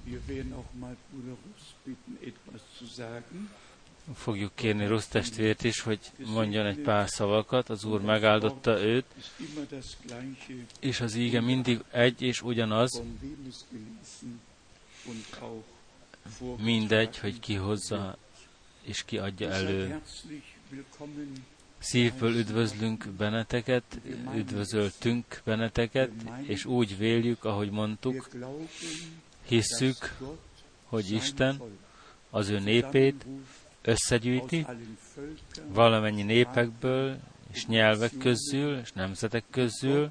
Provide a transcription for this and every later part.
Fogjuk kérni Rusz testvért is, hogy mondjon egy pár szavakat. Az Úr megáldotta őt, és az íge mindig egy és ugyanaz. Mindegy, hogy ki hozza és ki adja elő. Szívből üdvözlünk benneteket, üdvözöltünk benneteket, és úgy véljük, ahogy mondtuk, hisszük, hogy Isten az ő népét összegyűjti valamennyi népekből, és nyelvek közül, és nemzetek közül,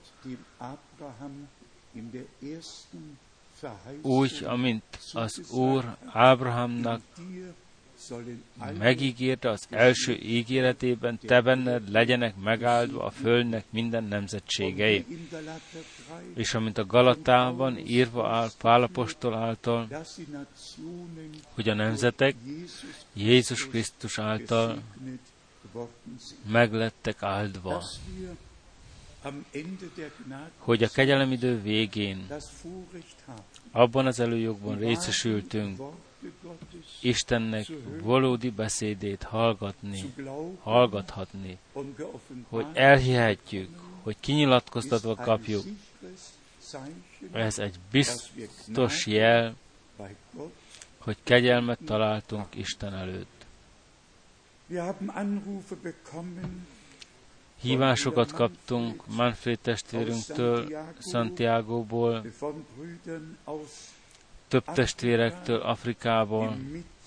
úgy, amint az Úr Ábrahámnak megígérte az első ígéretében, te benned legyenek megáldva a földnek minden nemzetségei. És amint a Galatában írva áll Pál apostol által, hogy a nemzetek Jézus Krisztus által meglettek áldva, hogy a kegyelemidő végén abban az előjogban részesültünk, Istennek valódi beszédét hallgathatni, hogy elhihetjük, hogy kinyilatkoztatva kapjuk. Ez egy biztos jel, hogy kegyelmet találtunk Isten előtt. Hívásokat kaptunk Manfred testvérünktől, Santiagoból, több testvérektől Afrikából,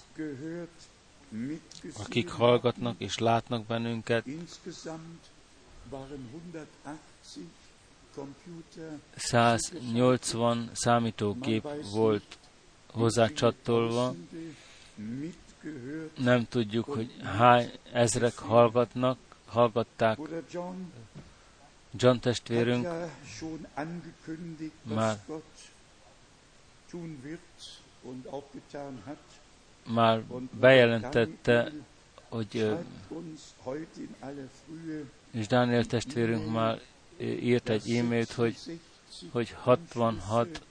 akik hallgatnak és látnak bennünket. 180 számítógép volt hozzácsatolva. Nem tudjuk, hogy hány ezrek hallgatták. John testvérünk már bejelentette, hogy és Dániel testvérünk már írt egy e-mailt, hogy 66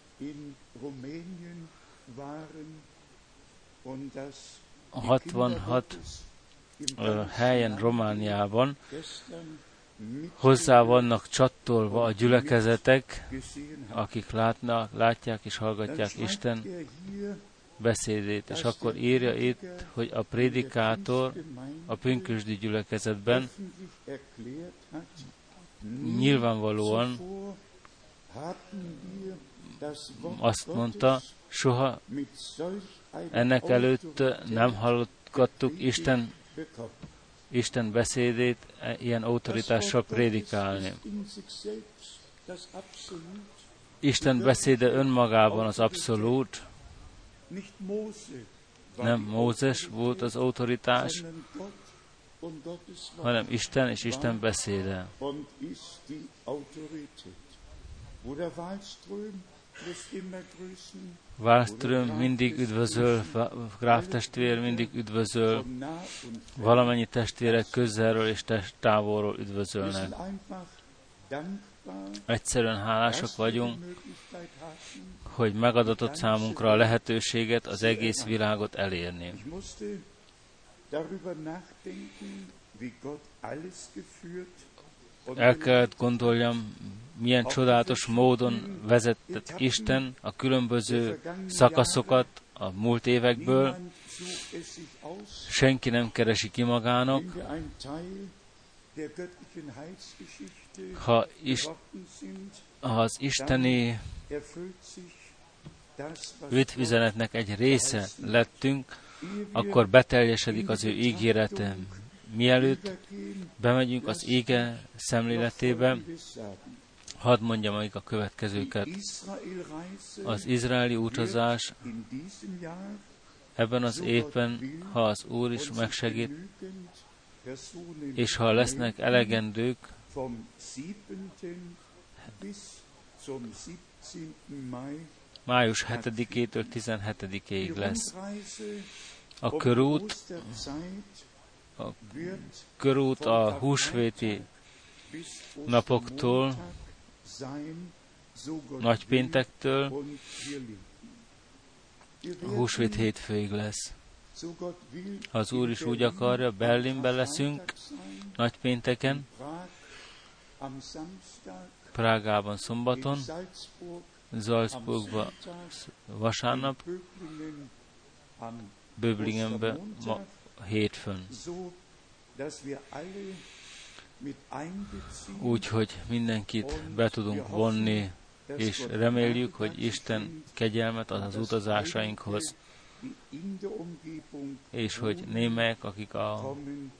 helyen Romániában hozzá vannak csatolva a gyülekezetek, akik látják és hallgatják Isten beszédét. És akkor írja itt, hogy a prédikátor a pünkösdi gyülekezetben nyilvánvalóan azt mondta, soha ennek előtt nem hallgattuk Isten beszédét ilyen autoritással prédikálni. Isten beszéde önmagában az abszolút, nem Mózes volt az autoritás, hanem Isten és Isten beszéde. Wallström mindig üdvözöl, Gráf testvér mindig üdvözöl, valamennyi testvérek közelről és távolról üdvözölnek. Egyszerűen hálásak vagyunk, hogy megadatott számunkra a lehetőséget az egész világot elérni. El kellett gondoljam, milyen csodálatos módon vezetett Isten a különböző szakaszokat a múlt évekből. Senki nem keresi ki magának. Ha az isteni üdvüzenetnek egy része lettünk, akkor beteljesedik az ő ígérete. Mielőtt bemegyünk az íge szemléletébe, hadd mondjam meg a következőket. Az izraeli utazás ebben az évben, ha az Úr is megsegít, és ha lesznek elegendők, május 7-től 17-ig lesz. A körút a húsvéti napoktól, nagypéntektől húsvét hétfőig lesz. Ha az Úr is úgy akarja, Berlinben leszünk nagypénteken, Prágában szombaton, Salzburgban vasárnap, Böblingenben hétfőn. Úgyhogy mindenkit be tudunk vonni, és reméljük, hogy Isten kegyelmet ad az utazásainkhoz, és hogy némelyek, akik a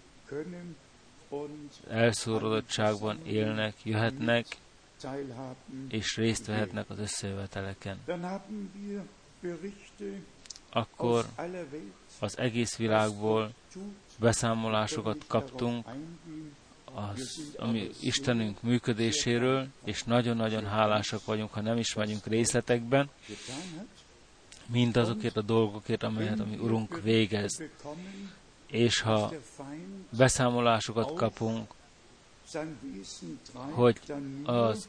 elszórodottságban élnek, jöhetnek, és részt vehetnek az összejöveteleken. Akkor az egész világból beszámolásokat kaptunk ami Istenünk működéséről, és nagyon-nagyon hálásak vagyunk, ha nem is vagyunk részletekben, mindazokért a dolgokért, amelyet a mi Urunk végez. És ha beszámolásokat kapunk, hogy az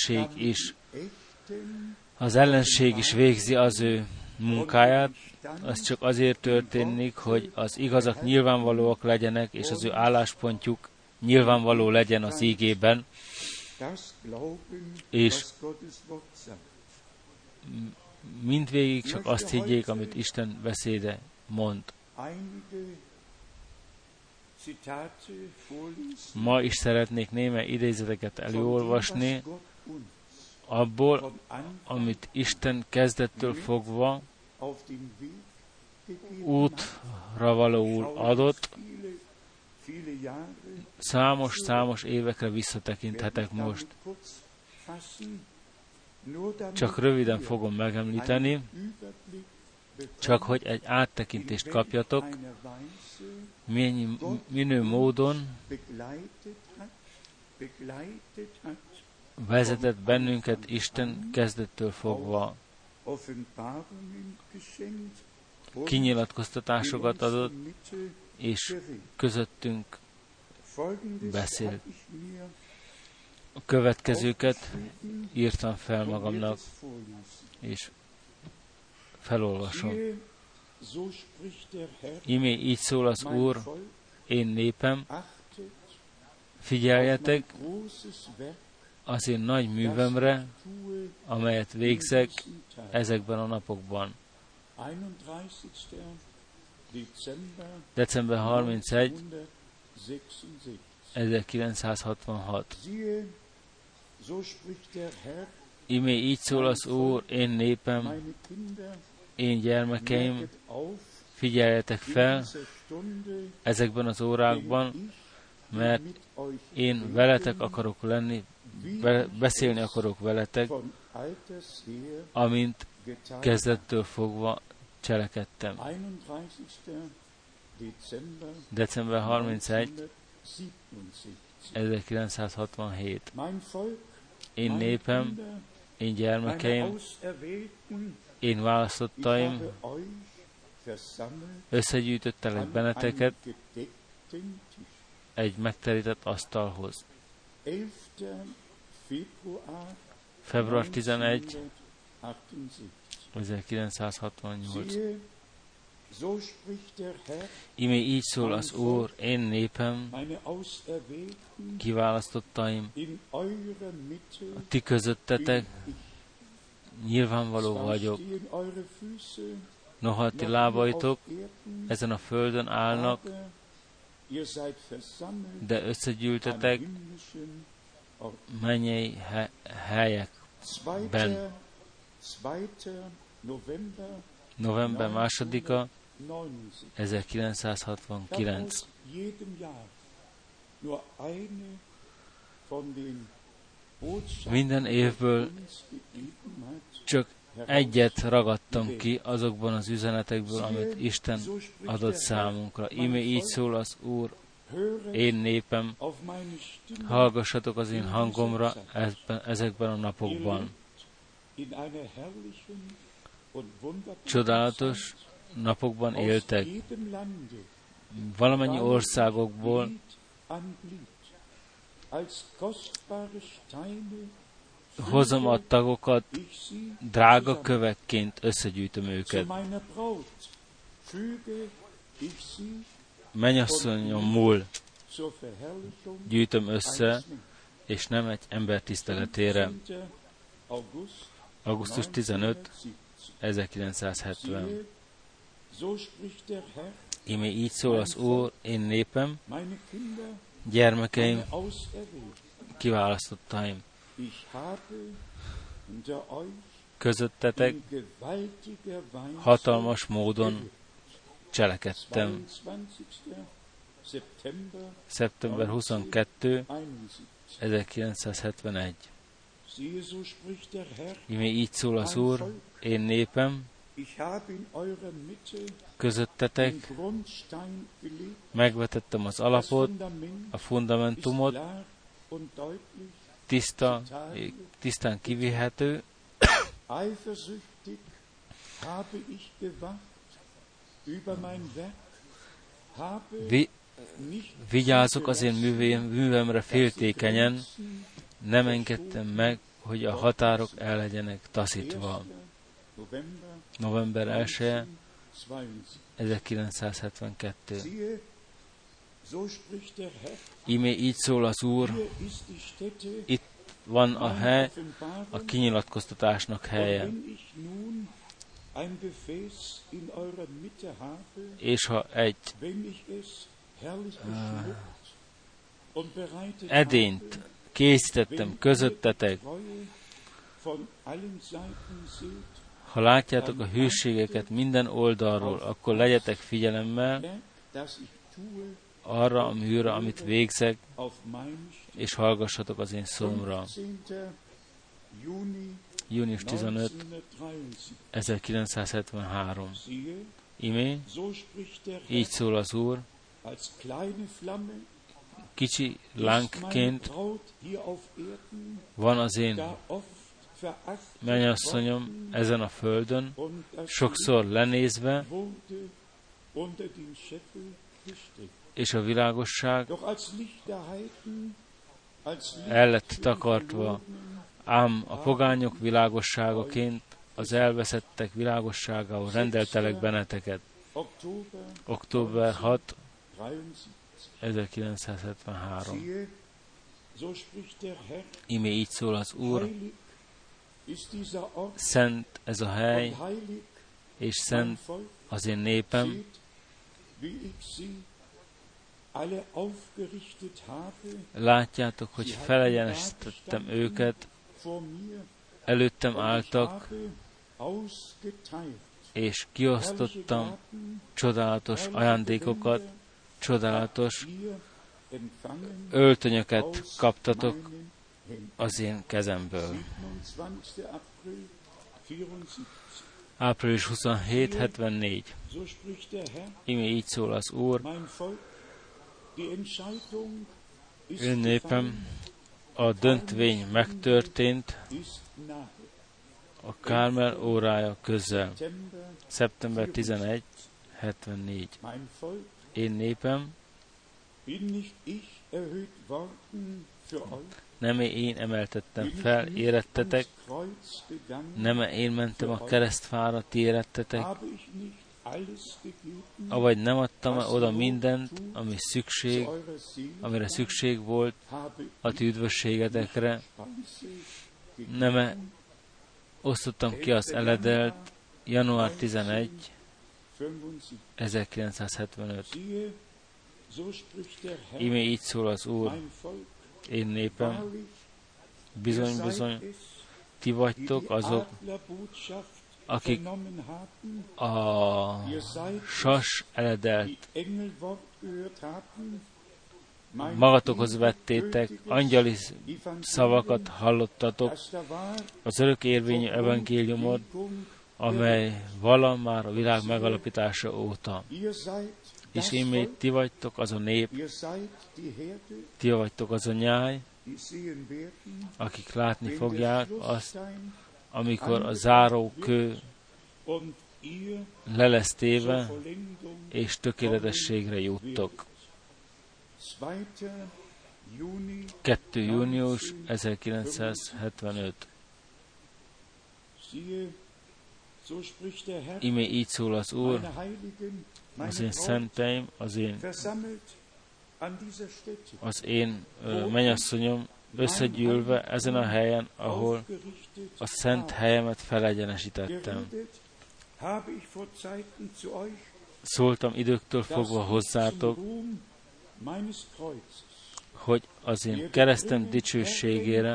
ellenség is végzi az ő munkáját, az csak azért történik, hogy az igazak nyilvánvalóak legyenek, és az ő álláspontjuk nyilvánvaló legyen az ígében, és mindvégig csak azt higgyék, amit Isten beszéde mond. Ma is szeretnék némely idézeteket előolvasni, abból, amit Isten kezdettől fogva útra valóul adott. Számos évekre visszatekinthetek most. Csak röviden fogom megemlíteni, csak hogy egy áttekintést kapjatok, minő módon vezetett bennünket Isten kezdettől fogva. Kinyilatkoztatásokat adott, és közöttünk beszél. A következőket írtam fel magamnak, és felolvasom. Íme így szól az Úr, én népem, figyeljetek az én nagy művemre, amelyet végzek ezekben a napokban. December 31, 1966. Íme így szól az Úr, én népem, én gyermekeim, figyeljetek fel ezekben az órákban, mert én veletek akarok lenni, beszélni akarok veletek, amint kezdettől fogva cselekedtem. December 31, 1967. Én népem, én gyermekeim, én választottaim, összegyűjtöttelek benneteket egy megterített asztalhoz. Február 11, 1968. Íme így szól az Úr, én népem, kiválasztottaim, a ti közöttetek, nyilvánvaló vagyok. Noha ti lábaitok ezen a földön állnak, de összegyűltetek mennyei helyekben. November 2-a, 1969. Minden évből csak egyet ragadtam ki azokban az üzenetekből, amit Isten adott számunkra. Íme így szól az Úr, én népem, hallgassatok az én hangomra ezekben a napokban. Csodálatos napokban éltek. Valamennyi országokból hozom a tagokat, drága kövekként összegyűjtöm őket. Mennyasszonyomul gyűjtöm össze, és nem egy ember tiszteletére. Augusztus 15, 1970. Íme így szól az Úr, én népem, gyermekeim, kiválasztottaim. Közöttetek hatalmas módon cselekedtem. Szeptember 22, 1971. Íme így szól az Úr, én népem, közöttetek megvetettem az alapot, a fundamentumot, tisztán kivihető, vigyázok az én művemre féltékenyen, nem engedtem meg, hogy a határok el legyenek taszítva. November 1, 1972. Íme így szól az Úr, itt van a hely, a kinyilatkoztatásnak helye. És ha egy edényt készítettem közöttetek, ha látjátok a hűségeket minden oldalról, akkor legyetek figyelemmel arra a műre, amit végzek, és hallgassatok az én szomra. Június 15, 1973. Íme, így szól az Úr, kicsi lángként van az én mennyasszonyom ezen a földön, sokszor lenézve, és a világosság el lett takartva, ám a pogányok világosságaként az elveszettek világosságául rendeltelek benneteket. Október 6, 1973. Íme így szól az Úr, szent ez a hely, és szent az én népem, látjátok, hogy felegyenesztettem őket, előttem álltak, és kiosztottam csodálatos ajándékokat, csodálatos öltönyöket kaptatok az én kezemből. Április 27, 74. Íme így szól az Úr, én népem, a döntvény megtörtént, a Kármel órája közel. Szeptember 11, 74. Én népem, nem én emeltettem fel, érettetek, nem én mentem a keresztfára, ti érettetek, avagy nem adtam oda mindent, amire szükség volt a ti üdvösségetekre, nem osztottam ki az eledelt, január 11, 1975. Íme így szól az Úr, én népem, bizony, ti vagytok azok, akik a sas eledelt magatokhoz vettétek, angyali szavakat hallottatok, az örök érvényű evangéliumot, amely vala már a világ megalapítása óta. És imét ti vagytok az a nép, ti vagytok az a nyáj, akik látni fogják azt, amikor a zárókő le lesz téve, és tökéletességre juttok. 2. június 1975. Íme így szól az Úr, az én szenteim, az én mennyasszonyom összegyűlve ezen a helyen, ahol a szent helyemet felegyenesítettem. Szóltam időktől fogva hozzátok, hogy az én keresztem dicsőségére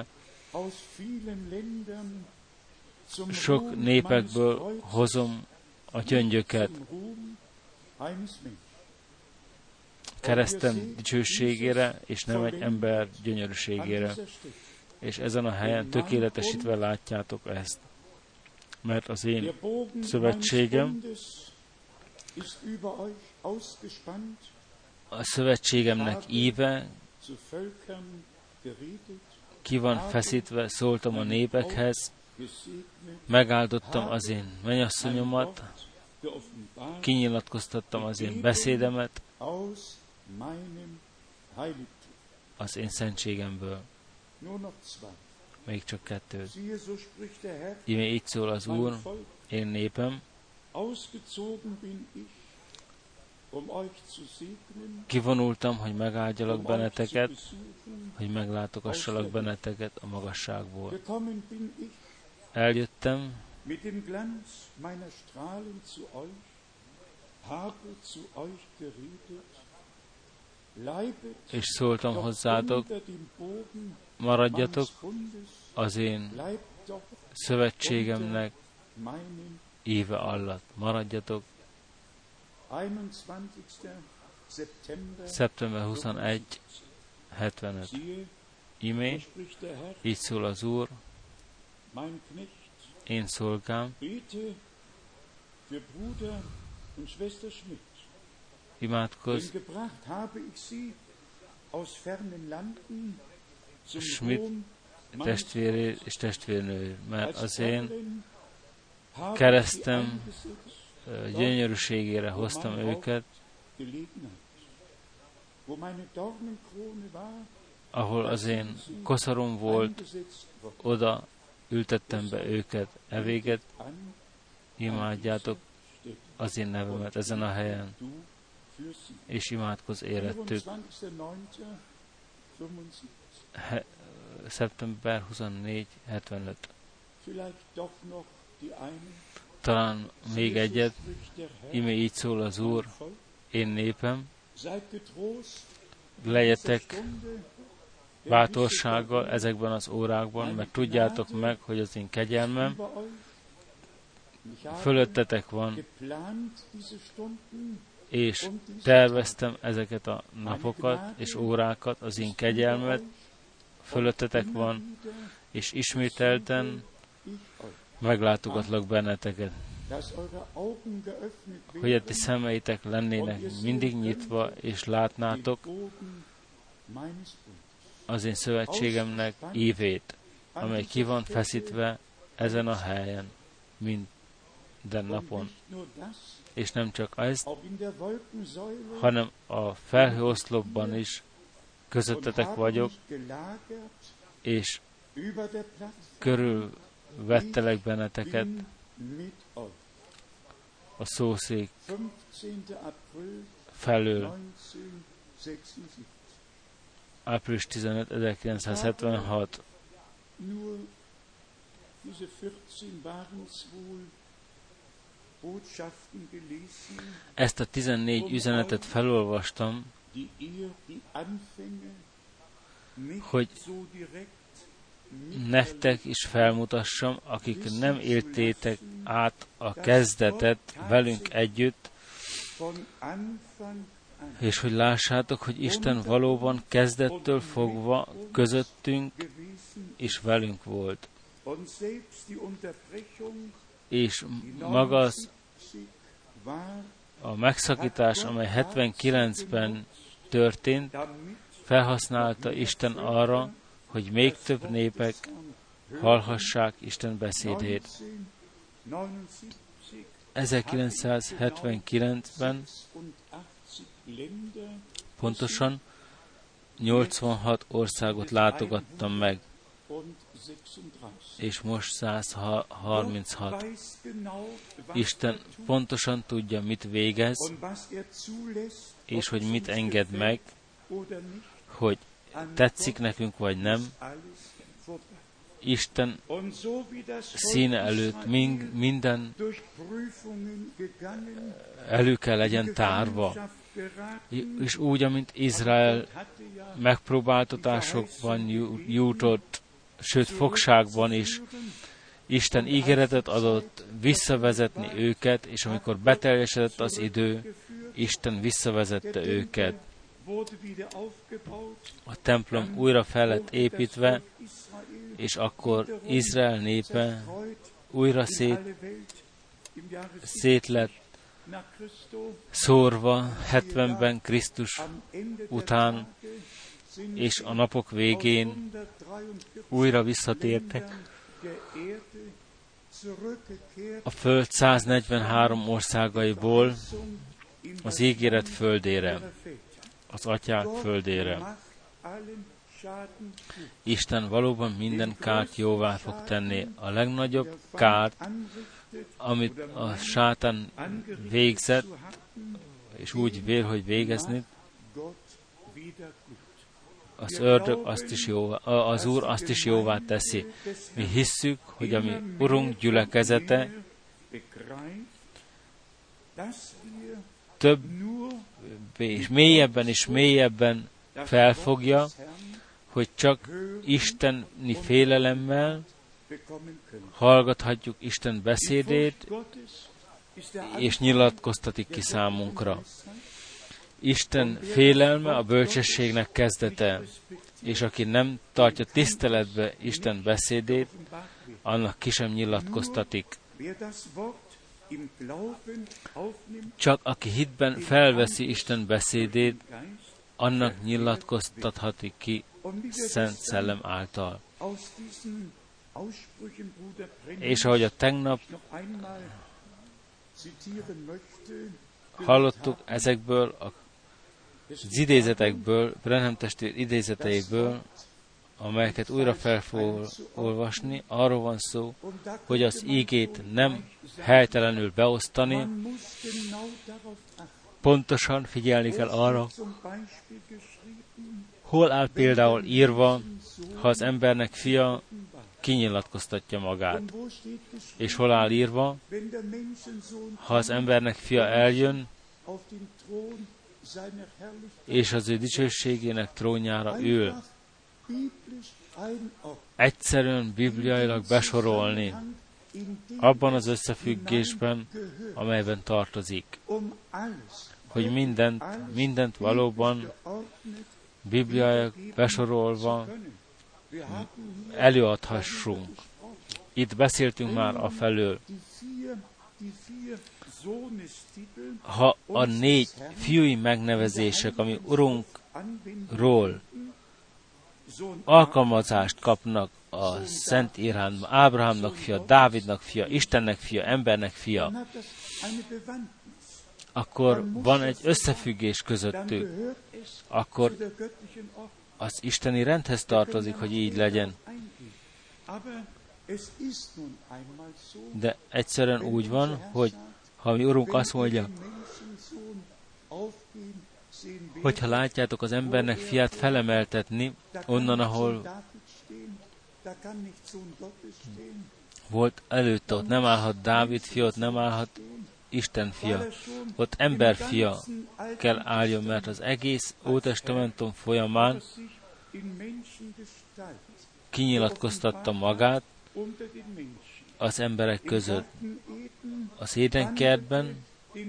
sok népekből hozom a gyöngyöket. Keresztem dicsőségére, és nem egy ember gyönyörűségére. És ezen a helyen tökéletesítve látjátok ezt. Mert az én szövetségem, a szövetségemnek íve ki van feszítve, szóltam a népekhez, megáldottam az én mennyasszonyomat, kinyilatkoztattam az én beszédemet az én szentségemből. Még csak 2. Íme így szól az Úr, én népem, kivonultam, hogy megáldjalak benneteket, hogy meglátogassalak benneteket a magasságból. Eljöttem, és szóltam hozzátok, maradjatok az én szövetségemnek íve alatt. Maradjatok. Szeptember 21, 75. Íme, így szól az Úr, én szolgám, imádkozz, Schmidt testvérért és testvérnőért, mert az én keresztem gyönyörűségére hoztam őket, ahol az én koszorom volt, oda ültettem be őket, evéget, imádjátok az én nevemet ezen a helyen, és imádkozz érettük. Szeptember 24, 75. Talán még egyet, íme így szól az Úr, én népem, legyetek bátorsággal ezekben az órákban, mert tudjátok meg, hogy az én kegyelmem fölöttetek van, és terveztem ezeket a napokat és órákat, az én kegyelmet fölöttetek van, és ismételten meglátogatlak benneteket, hogy a ti szemeitek lennének mindig nyitva, és látnátok az én szövetségemnek ívét, amely ki van feszítve ezen a helyen minden napon. És nem csak ezt, hanem a felhőoszlopban is közöttetek vagyok, és körülvettelek benneteket a szószék felől. Április 15, 1976. Ezt a 14 üzenetet felolvastam, hogy nektek is felmutassam, akik nem éltétek át a kezdetet velünk együtt, és hogy lássátok, hogy Isten valóban kezdettől fogva közöttünk és velünk volt. És maga a megszakítás, amely 79-ben történt, felhasználta Isten arra, hogy még több népek hallhassák Isten beszédét. 1979-ben pontosan 86 országot látogattam meg, és most 136. Isten pontosan tudja, mit végez, és hogy mit enged meg, hogy tetszik nekünk, vagy nem. Isten színe előtt minden elő kell legyen tárva. És úgy, amint Izrael megpróbáltatásokban jutott, sőt fogságban is, Isten ígéretet adott visszavezetni őket, és amikor beteljesedett az idő, Isten visszavezette őket. A templom újra fel lett építve, és akkor Izrael népe újra szét lett szórva 70-ben Krisztus után, és a napok végén újra visszatértek a föld 143 országaiból az ígéret földére, az atyák földére. Isten valóban minden kárt jóvá fog tenni. A legnagyobb kárt, amit a sátán végzett, és úgy vél, hogy végezni, az ördög azt is jóvá, az Úr azt is jóvá teszi. Mi hisszük, hogy a mi Urunk gyülekezete több és mélyebben felfogja, hogy csak isteni félelemmel hallgathatjuk Isten beszédét, és nyilatkoztatik ki számunkra. Isten félelme a bölcsességnek kezdete, és aki nem tartja tiszteletbe Isten beszédét, annak ki sem nyilatkoztatik. Csak aki hitben felveszi Isten beszédét, annak nyilatkoztathatik ki Szent Szellem által. És ahogy a tegnap hallottuk ezekből az idézetekből, Branham testvér idézeteiből, amelyeket újra fel fog olvasni, arról van szó, hogy az ígét nem helytelenül beosztani, pontosan figyelni kell arra, hol áll például írva, ha az embernek fia kinyilatkoztatja magát. És hol áll írva, ha az embernek fia eljön, és az ő dicsőségének trónjára ül. Egyszerűen bibliailag besorolni abban az összefüggésben, amelyben tartozik. Hogy mindent valóban bibliailag besorolva előadhassunk. Itt beszéltünk már afelől. Ha a 4 fiúi megnevezések, ami Urunkról alkalmazást kapnak a Szent Írásban, Ábrahámnak fia, Dávidnak fia, Istennek fia, embernek fia, akkor van egy összefüggés közöttük, akkor az isteni rendhez tartozik, hogy így legyen. De egyszerűen úgy van, hogy ha mi Urunk azt mondja, hogyha látjátok az embernek fiát felemeltetni, onnan, ahol volt előtte, ott nem állhat Dávid fia, ott nem állhat Isten fia. Ott ember fia kell álljon, mert az egész Ótestamentum folyamán kinyilatkoztatta magát az emberek között. Az Édenkertben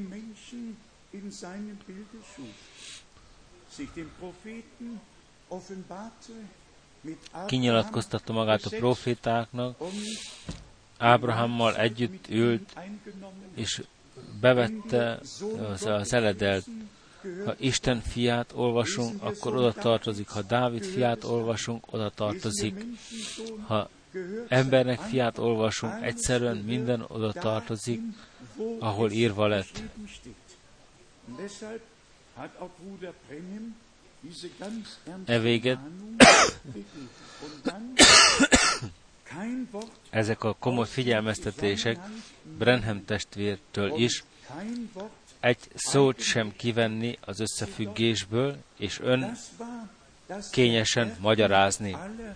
kinyilatkoztatta magát a profétáknak, Ábrahámmal együtt ült, és bevette az eledelt. Ha Isten fiát olvasunk, akkor oda tartozik. Ha Dávid fiát olvasunk, oda tartozik. Ha embernek fiát olvasunk, egyszerűen minden oda tartozik, ahol írva lett. Evéget ezek a komoly figyelmeztetések Branham testvértől is, egy szót sem kivenni az összefüggésből, és kényesen magyarázni.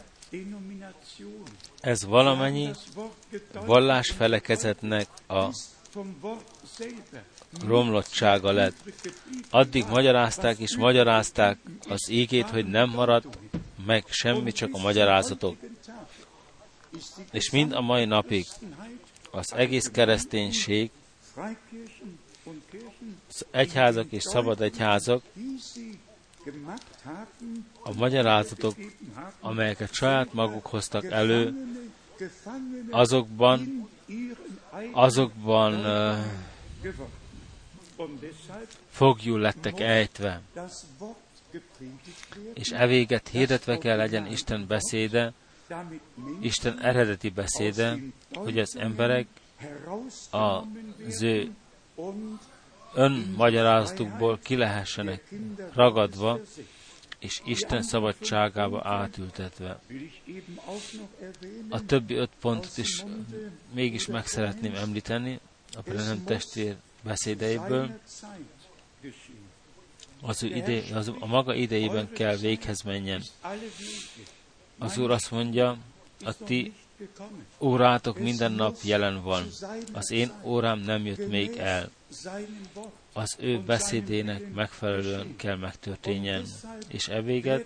Ez valamennyi vallásfelekezetnek a romlottsága lett. Addig magyarázták az ígét, hogy nem maradt meg semmi, csak a magyarázatok. És mind a mai napig az egész kereszténység, az egyházak és szabad egyházak, a magyarázatok, amelyeket saját maguk hoztak elő, azokban foglyul lettek ejtve. És evéget hirdetve kell legyen Isten beszéde, Isten eredeti beszéde, hogy az emberek az ő önmagyarázatukból ki lehessenek ragadva, és Isten szabadságába átültetve. A többi 5 pontot is mégis meg szeretném említeni a Branham testvér beszédeiből. A maga idejében kell véghez menjen. Az Úr azt mondja, a ti órátok minden nap jelen van. Az én órám nem jött még el. Az ő beszédének megfelelően kell megtörténjen. És evéget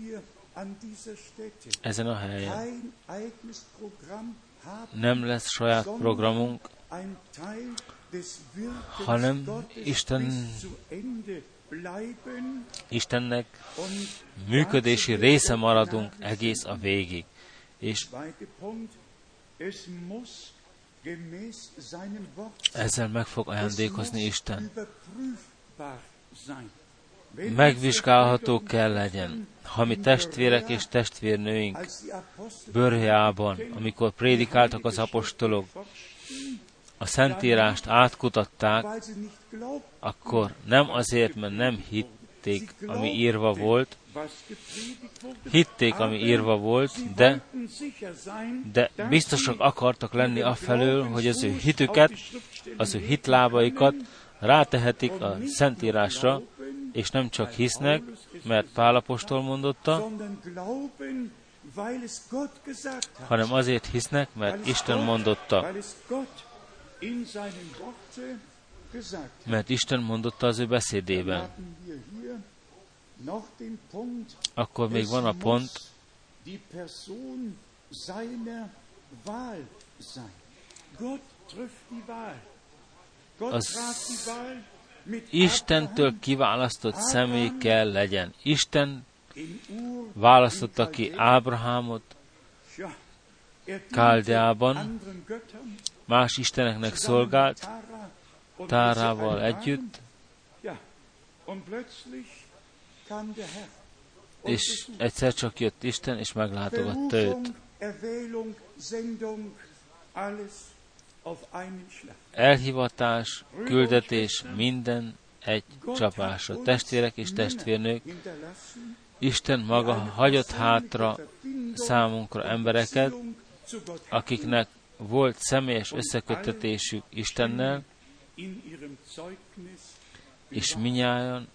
ezen a helyen nem lesz saját programunk, hanem Istennek működési része maradunk egész a végig. És ezzel meg fog ajándékozni Isten. Megvizsgálható kell legyen. Ha mi testvérek és testvérnőink Börjában, amikor prédikáltak az apostolok, a Szentírást átkutatták, akkor nem azért, mert nem hitték, ami írva volt, ami írva volt, de biztosak akartak lenni afelől, hogy az ő hitüket, az ő hitlábaikat rátehetik a Szentírásra, és nem csak hisznek, mert Pál apostol mondotta, hanem azért hisznek, mert Isten mondotta. Mert Isten mondotta az ő beszédében. Akkor még van a pont, az Istentől kiválasztott személy kell legyen. Isten választotta ki Ábrahámot Káldeában, más isteneknek szolgált, Tárával együtt, és egyszer csak jött Isten, és meglátogatta őt. Elhivatás, küldetés, minden egy csapásra. Testvérek és testvérnők, Isten maga hagyott hátra számunkra embereket, akiknek volt személyes összeköttetésük Istennel, és minnyájan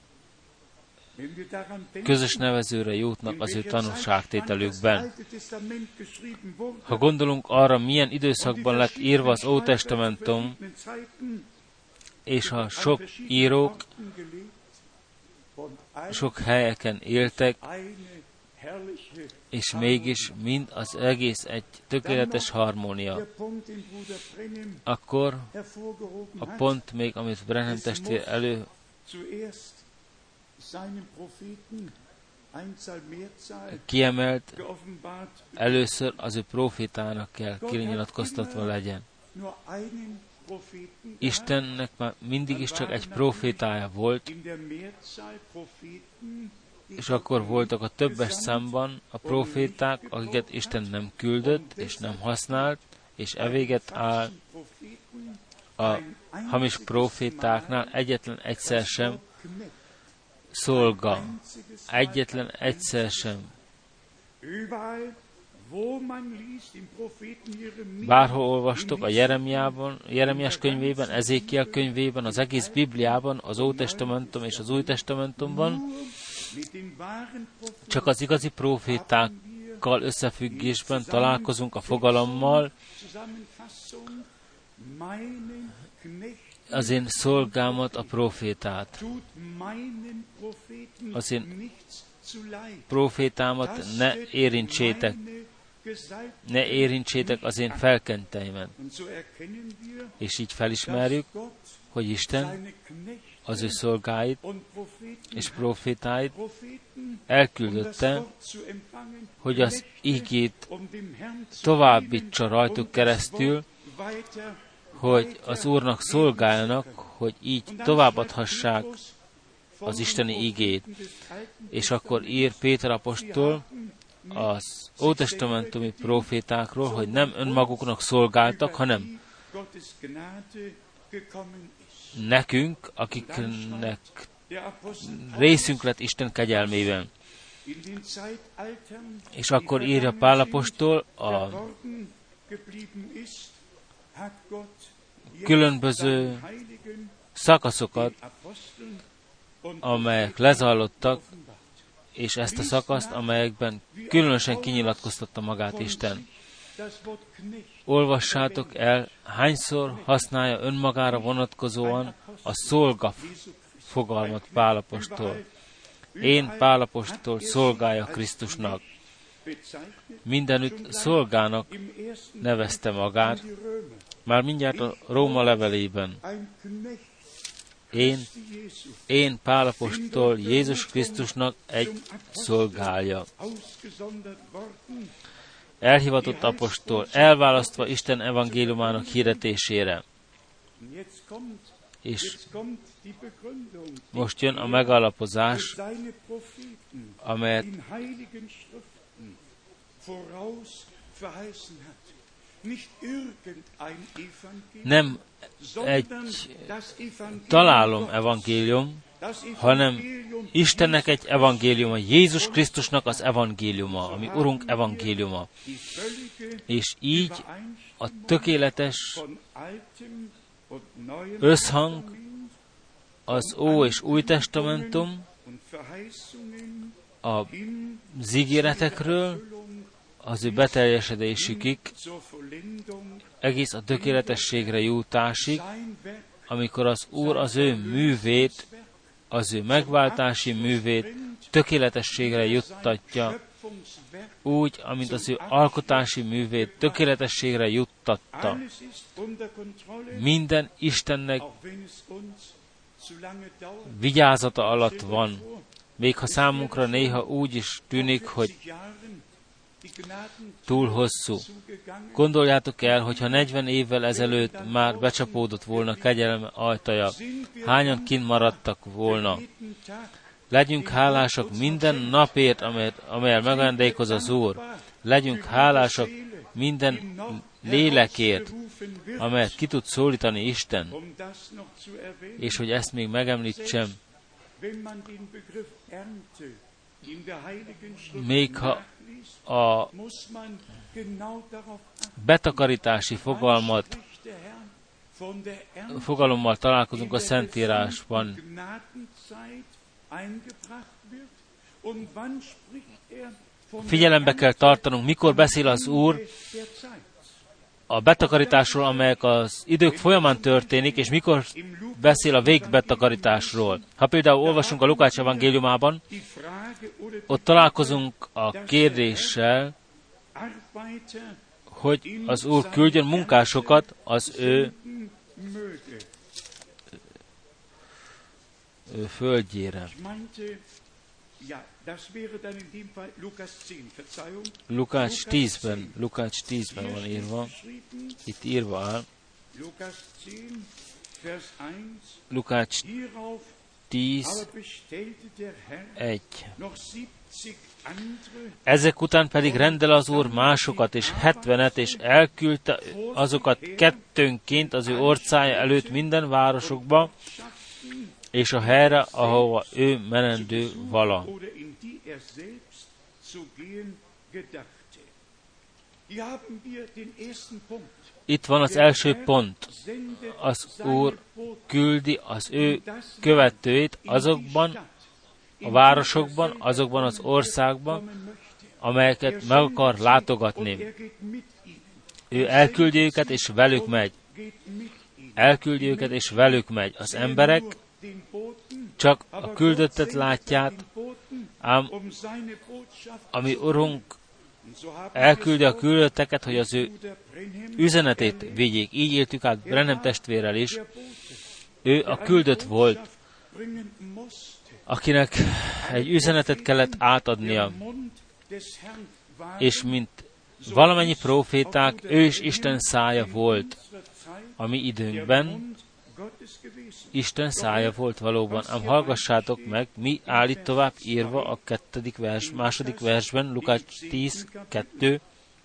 közös nevezőre jutnak az ő tanúságtételükben. Ha gondolunk arra, milyen időszakban lett írva az Ótestamentum, és ha sok írók sok helyeken éltek, és mégis mind az egész egy tökéletes harmónia. Akkor a pont még, amit Branham testvér kiemelt, először az ő profétának kell kinyilatkoztatva legyen. Istennek már mindig is csak egy profétája volt, és akkor voltak a többes számban a proféták, akiket Isten nem küldött, és nem használt, és evéget áll a hamis profétáknál egyetlen egyszer sem szolga, egyetlen egyszer sem. Bárhol olvastok, a Jeremiás könyvében, Ezékiel könyvében, az egész Bibliában, az Ótestamentum és az Új Testamentumban, csak az igazi profétákkal összefüggésben találkozunk a fogalommal, az én szolgámat, a profétát. Az én profétámat ne érintsétek az én felkenteimet. És így felismerjük, hogy Isten az ő szolgáit és profétáit elküldötte, hogy az igét továbbítsa rajtuk keresztül, hogy az Úrnak szolgáljanak, hogy így továbbadhassák az isteni igét. És akkor ír Péter apostol az ótestamentumi profétákról, hogy nem önmaguknak szolgáltak, hanem nekünk, akiknek részünk lett Isten kegyelmében. És akkor írja Pál apostol a különböző szakaszokat, amelyek lezajlottak, és ezt a szakaszt, amelyekben különösen kinyilatkoztatta magát Isten. Olvassátok el, hányszor használja önmagára vonatkozóan a szolga fogalmat Pál apostol. Én, Pál apostol, szolgája Krisztusnak. Mindenütt szolgának nevezte magát, már mindjárt a Róma levelében. Én Pál apostol, Jézus Krisztusnak egy szolgálja. Elhivatott apostol, elválasztva Isten evangéliumának hirdetésére. És most jön a megalapozás, amelyet nem egy találom evangélium, hanem Istennek egy evangéliuma, Jézus Krisztusnak az evangéliuma, ami Urunk evangéliuma. És így a tökéletes összhang az Ó és Új Testamentum az ígéretekről, az ő beteljesedésükig, egész a tökéletességre jutásig, amikor az Úr az ő művét, az ő megváltási művét tökéletességre juttatja, úgy, amint az ő alkotási művét tökéletességre juttatta. Minden Istennek vigyázata alatt van, még ha számunkra néha úgy is tűnik, hogy túl hosszú. Gondoljátok el, hogyha 40 évvel ezelőtt már becsapódott volna kegyelem ajtaja, hányan kint maradtak volna. Legyünk hálásak minden napért, amelyel megajándékoz az Úr. Legyünk hálásak minden lélekért, amelyet ki tud szólítani Isten. És hogy ezt még megemlítsem, még ha a betakarítási fogalommal találkozunk a Szentírásban. Figyelembe kell tartanunk, mikor beszél az Úr a betakarításról, amelyek az idők folyamán történik, és mikor beszél a végbetakarításról. Ha például olvasunk a Lukács evangéliumában, ott találkozunk a kérdéssel, hogy az Úr küldjön munkásokat az ő földjére. Lukács 10-ben van írva, itt írva áll, Lukács 10:1. Ezek után pedig rendel az Úr másokat és 70-et, és elküldte azokat kettőnként az ő orcája előtt minden városokba, és a helyre, ahova ő menendő vala. Itt van az első pont. Az Úr küldi az ő követőit azokban a városokban, azokban az országban, amelyeket meg akar látogatni. Ő elküldi őket, és velük megy. Elküldi őket, és velük megy. Az emberek csak a küldöttet látják, ám ami Urunk elküldi a küldötteket, hogy az ő üzenetét vigyék. Így éltük át Branham testvérrel is. Ő a küldött volt, akinek egy üzenetet kellett átadnia. És mint valamennyi próféták, ő is Isten szája volt. A mi időnkben Isten szája volt valóban. Ám hallgassátok meg, mi áll itt tovább írva a második versben, Lukács 10:2.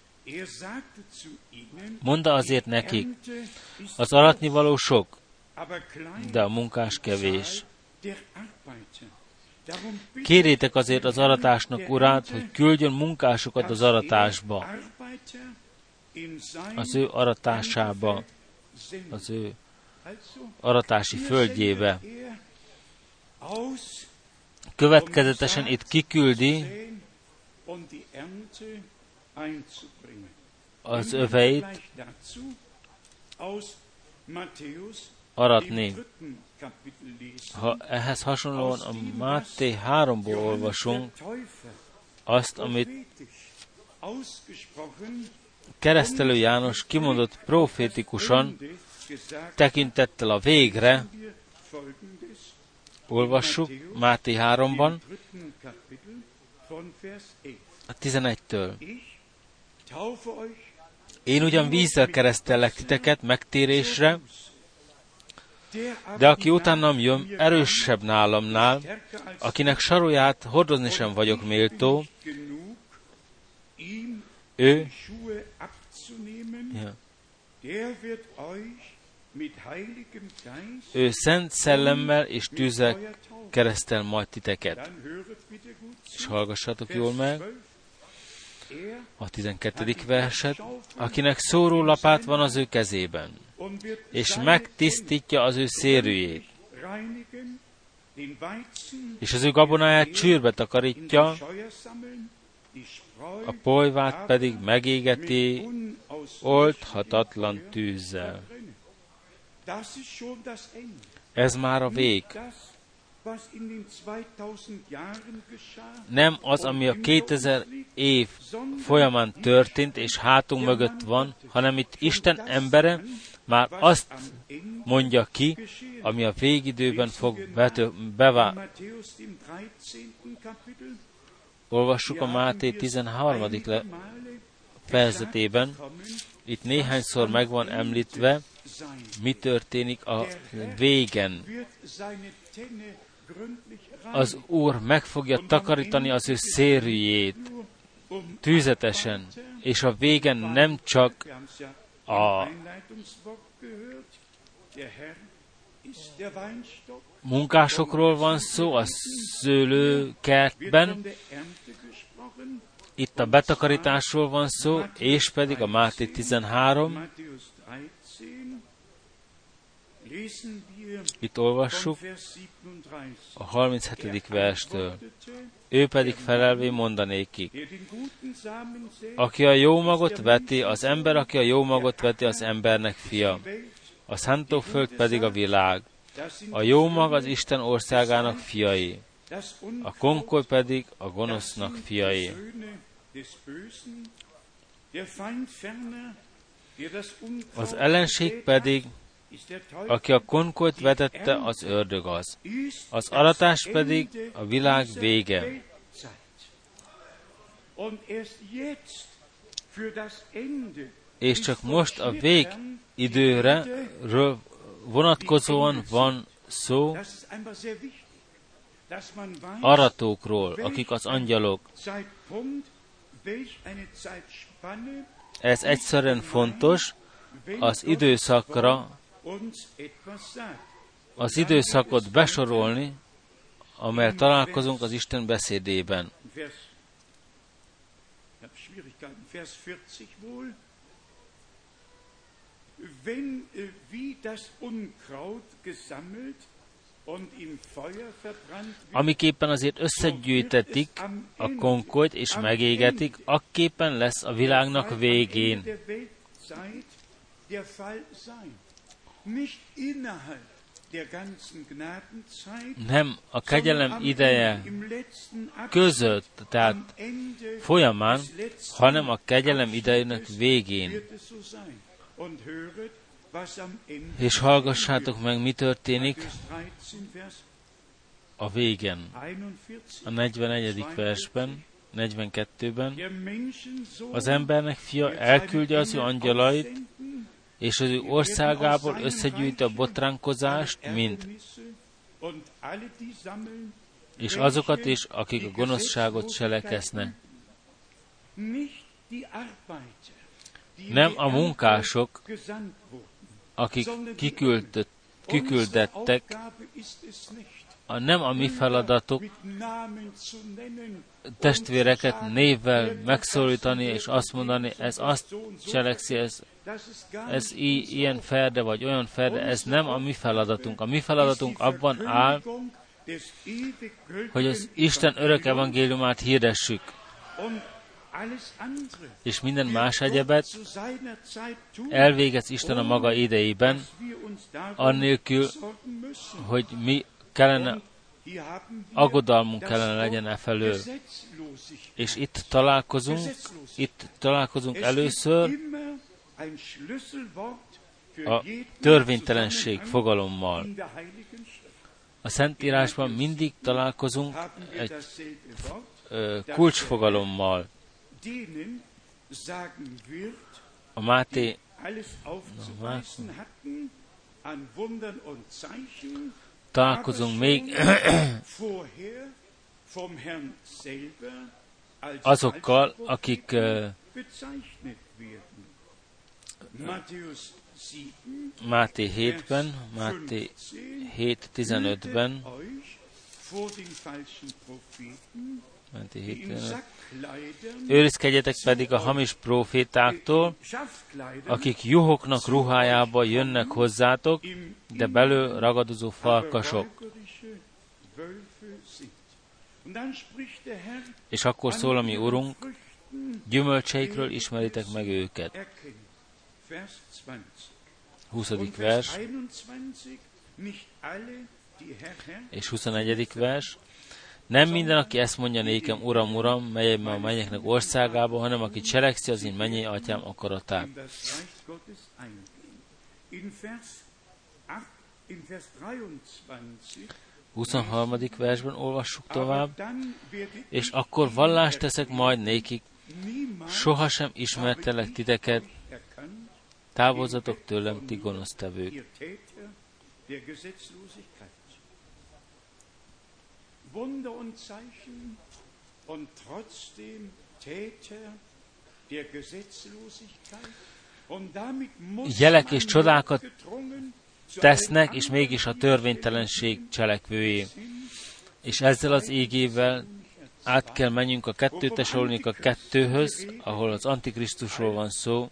Mondta azért nekik, az aratnivaló sok, de a munkás kevés. Kérjétek azért az aratásnak urát, hogy küldjön munkásokat az aratásba, az ő aratásába, az ő aratási földjébe. Következetesen itt kiküldi az öveit aratni. Ha ehhez hasonlóan a Máté 3-ból olvasunk azt, amit Keresztelő János kimondott profétikusan, tekintettel a végre, olvassuk Máté 3-ban, a 11-től. Én ugyan vízzel keresztellek titeket megtérésre, de aki utánam jön, erősebb nálamnál, akinek saróját hordozni sem vagyok méltó, ő szent szellemmel és tűzzel keresztel majd titeket. És hallgassatok jól meg a 12. verset. Akinek szórólapát van az ő kezében, és megtisztítja az ő szérűjét, és az ő gabonáját csűrbe takarítja, a polyvát pedig megégeti oldhatatlan tűzzel. Ez már a vég. Nem az, ami a 2000 év folyamán történt, és hátunk mögött van, hanem itt Isten embere már azt mondja ki, ami a végidőben fog Olvassuk a Máté 13. fejezetében. Itt néhányszor meg van említve, mi történik a végen. Az Úr meg fogja takarítani az ő szérűjét tűzetesen, és a végen nem csak a munkásokról van szó a szőlőkertben, itt a betakarításról van szó, és pedig a Máté 13, itt olvassuk a 37. verstől. Ő pedig felelvé mondanékik. Aki a jó magot veti, az ember, aki a jó magot veti, az embernek fia. A szántóföld pedig a világ. A jó mag az Isten országának fiai. A konkoly pedig a gonosznak fiai. Az ellenség pedig, aki a konkolyt vetette, az ördög az. Az aratás pedig a világ vége. És csak most a végidőre vonatkozóan van szó aratókról, akik az angyalok. Ez egyszerűen fontos az időszakra az időszakot besorolni, amelyel találkozunk az Isten beszédében. Vers 40 wohl, wenn wie das Unkraut gesammelt und im Feuer verbrannt wird, amiképpen azért összegyűjtetik a konkolyt és megégetik, akképpen lesz a világnak végén. Nem a kegyelem ideje között, tehát folyamán, hanem a kegyelem idejének végén. És hallgassátok meg, mi történik a végen. A 41. versben, 42-ben. Az embernek fia elküldje az ő angyalait, és az ő országából összegyűjti a botránkozást, és azokat is, akik a gonoszságot cselekednek. Nem a munkások, akik kiküldettek, nem a mi feladatok testvéreket névvel megszólítani, és azt mondani, ez azt cselekszi, ez ilyen ferde, vagy olyan ferde, ez nem a mi feladatunk. A mi feladatunk abban áll, hogy az Isten örök evangéliumát hirdessük, és minden más egyebet elvégez Isten a maga idejében, annélkül, hogy mi kellene, aggodalmunk kellene legyen e felől. És itt találkozunk először a törvénytelenség fogalommal. A Szentírásban mindig találkozunk egy kulcsfogalommal. A Máté találkozunk még azokkal, akik Máté 7-ben, Máté 7:15-ben, őrizkedjetek pedig a hamis prófétáktól, akik juhoknak ruhájába jönnek hozzátok, de belül ragadozó farkasok. És akkor szól a mi Urunk, gyümölcseikről ismeritek meg őket. 20. vers és 21. vers. Nem minden, aki ezt mondja nékem, Uram, Uram, melyem a mennyeknek országába, hanem aki cselekszi az én mennyei atyám akaratát. 23. versben olvassuk tovább, és akkor vallást teszek majd nékik, sohasem ismertelek titeket, távozzatok tőlem, ti gonosztevők. Wunder und Zeichen und trotzdem Täter der Gesetzlosigkeit und damit jelek és csodákat tesznek, és mégis a törvénytelenség cselekvői. És ezzel az ígével át kell menjünk a 2 Tesszalonika 2-höz, ahol az Antikrisztusról van szó,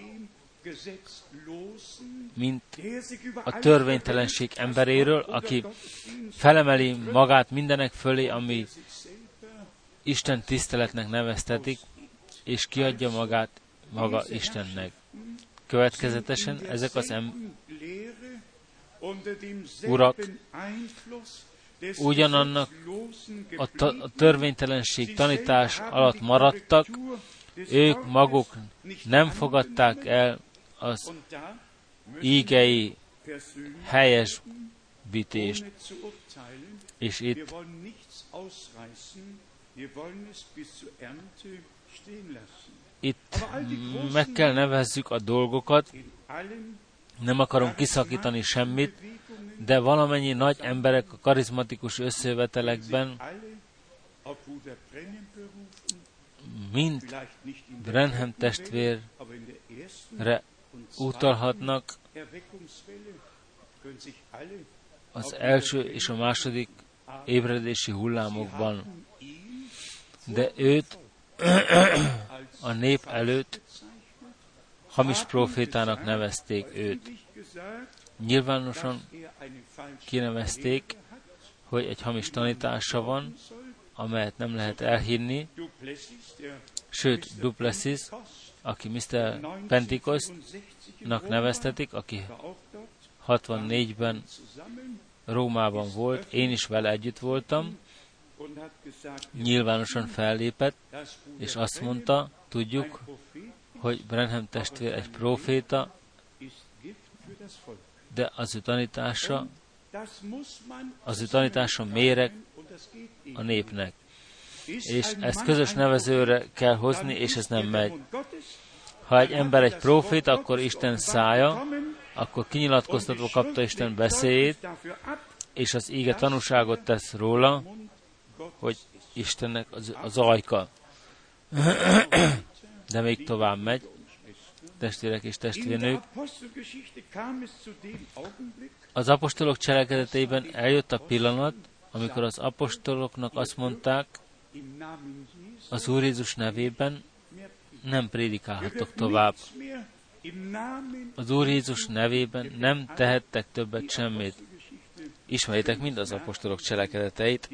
mint a törvénytelenség emberéről, aki felemeli magát mindenek fölé, ami Isten tiszteletnek neveztetik, és kiadja magát maga Istennek. Következetesen ezek az urak ugyanannak a törvénytelenség tanítás alatt maradtak, ők maguk nem fogadták el az ígei helyesbítést. És itt meg kell nevezzük a dolgokat, nem akarunk kiszakítani semmit, de valamennyi nagy emberek a karizmatikus összejövetelekben, mint Branham testvérre utalhatnak, az első és a második ébredési hullámokban, de őt a nép előtt hamis profétának nevezték őt. Nyilvánosan kinevezték, hogy egy hamis tanítása van, amelyet nem lehet elhinni, sőt, Duplessis, aki Mr. Pentecostnak neveztetik, aki 64-ben Rómában volt, én is vele együtt voltam, nyilvánosan fellépett, és azt mondta, tudjuk, hogy Branham testvér egy próféta, de az ő tanítása méreg a népnek. És ezt közös nevezőre kell hozni, és ez nem megy. Ha egy ember egy próféta, akkor Isten szája, akkor kinyilatkoztatva kapta Isten beszédét, és az íge tanúságot tesz róla, hogy Istennek az ajka. De még tovább megy, testvérek és testvérnők. Az apostolok cselekedetében eljött a pillanat, amikor az apostoloknak azt mondták, az Úr Jézus nevében nem prédikálhattok tovább. Az Úr Jézus nevében nem tehettek többet semmit. Ismeritek mind az apostolok cselekedeteit.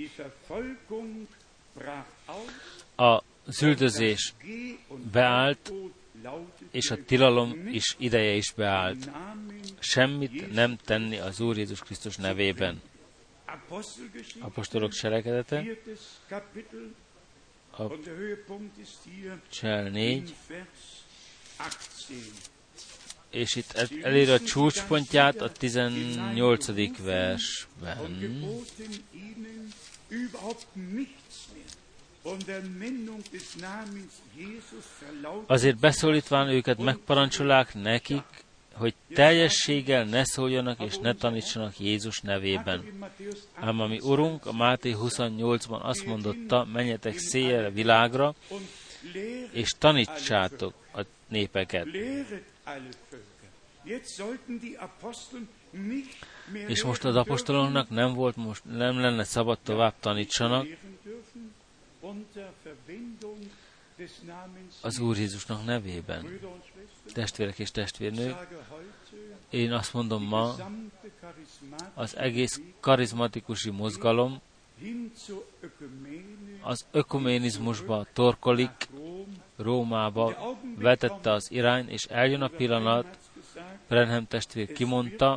Az üldözés beállt, és a tilalom is ideje is beállt. Semmit nem tenni az Úr Jézus Krisztus nevében. Apostolok cselekedete, a csel 4, és itt elér a csúcspontját a 18. versben. Azért beszólítván őket megparancsolák nekik, hogy teljességgel ne szóljanak és ne tanítsanak Jézus nevében. Ám ami Urunk a Máté 28-ban azt mondotta, menjetek széjjel a világra, és tanítsátok a népeket. És most az apostoloknak nem lenne szabad tovább tanítsanak az Úr Jézusnak nevében. Testvérek és testvérnők, én azt mondom ma, az egész karizmatikusi mozgalom az ökuménizmusba torkolik, Rómába vetette az irány, és eljön a pillanat, Branham testvér kimondta,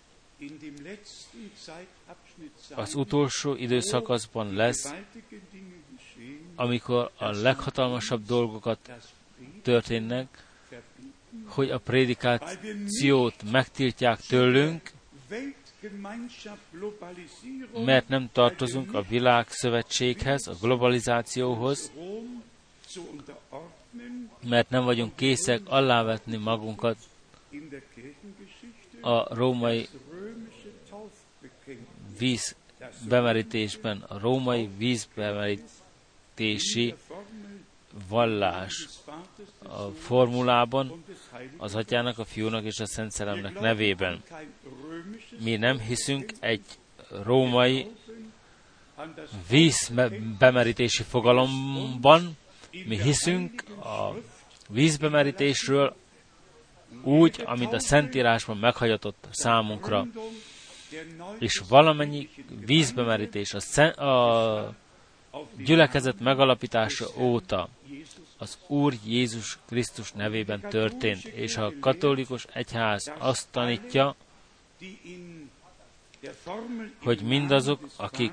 az utolsó időszakaszban lesz, amikor a leghatalmasabb dolgokat történnek, hogy a prédikációt megtiltják tőlünk, mert nem tartozunk a világszövetséghez, a globalizációhoz, mert nem vagyunk készek alávetni magunkat a római vízbemerítésben, a római vízbemerítési vallás a formulában, az Atyának, a Fiúnak és a Szent Szellemnek nevében. Mi nem hiszünk egy római vízbemerítési fogalomban, mi hiszünk a vízbemerítésről úgy, amit a Szentírásban meghagyatott számunkra. És valamennyi vízbemerítés a gyülekezet megalapítása óta az Úr Jézus Krisztus nevében történt, és a katolikus egyház azt tanítja, hogy mindazok, akik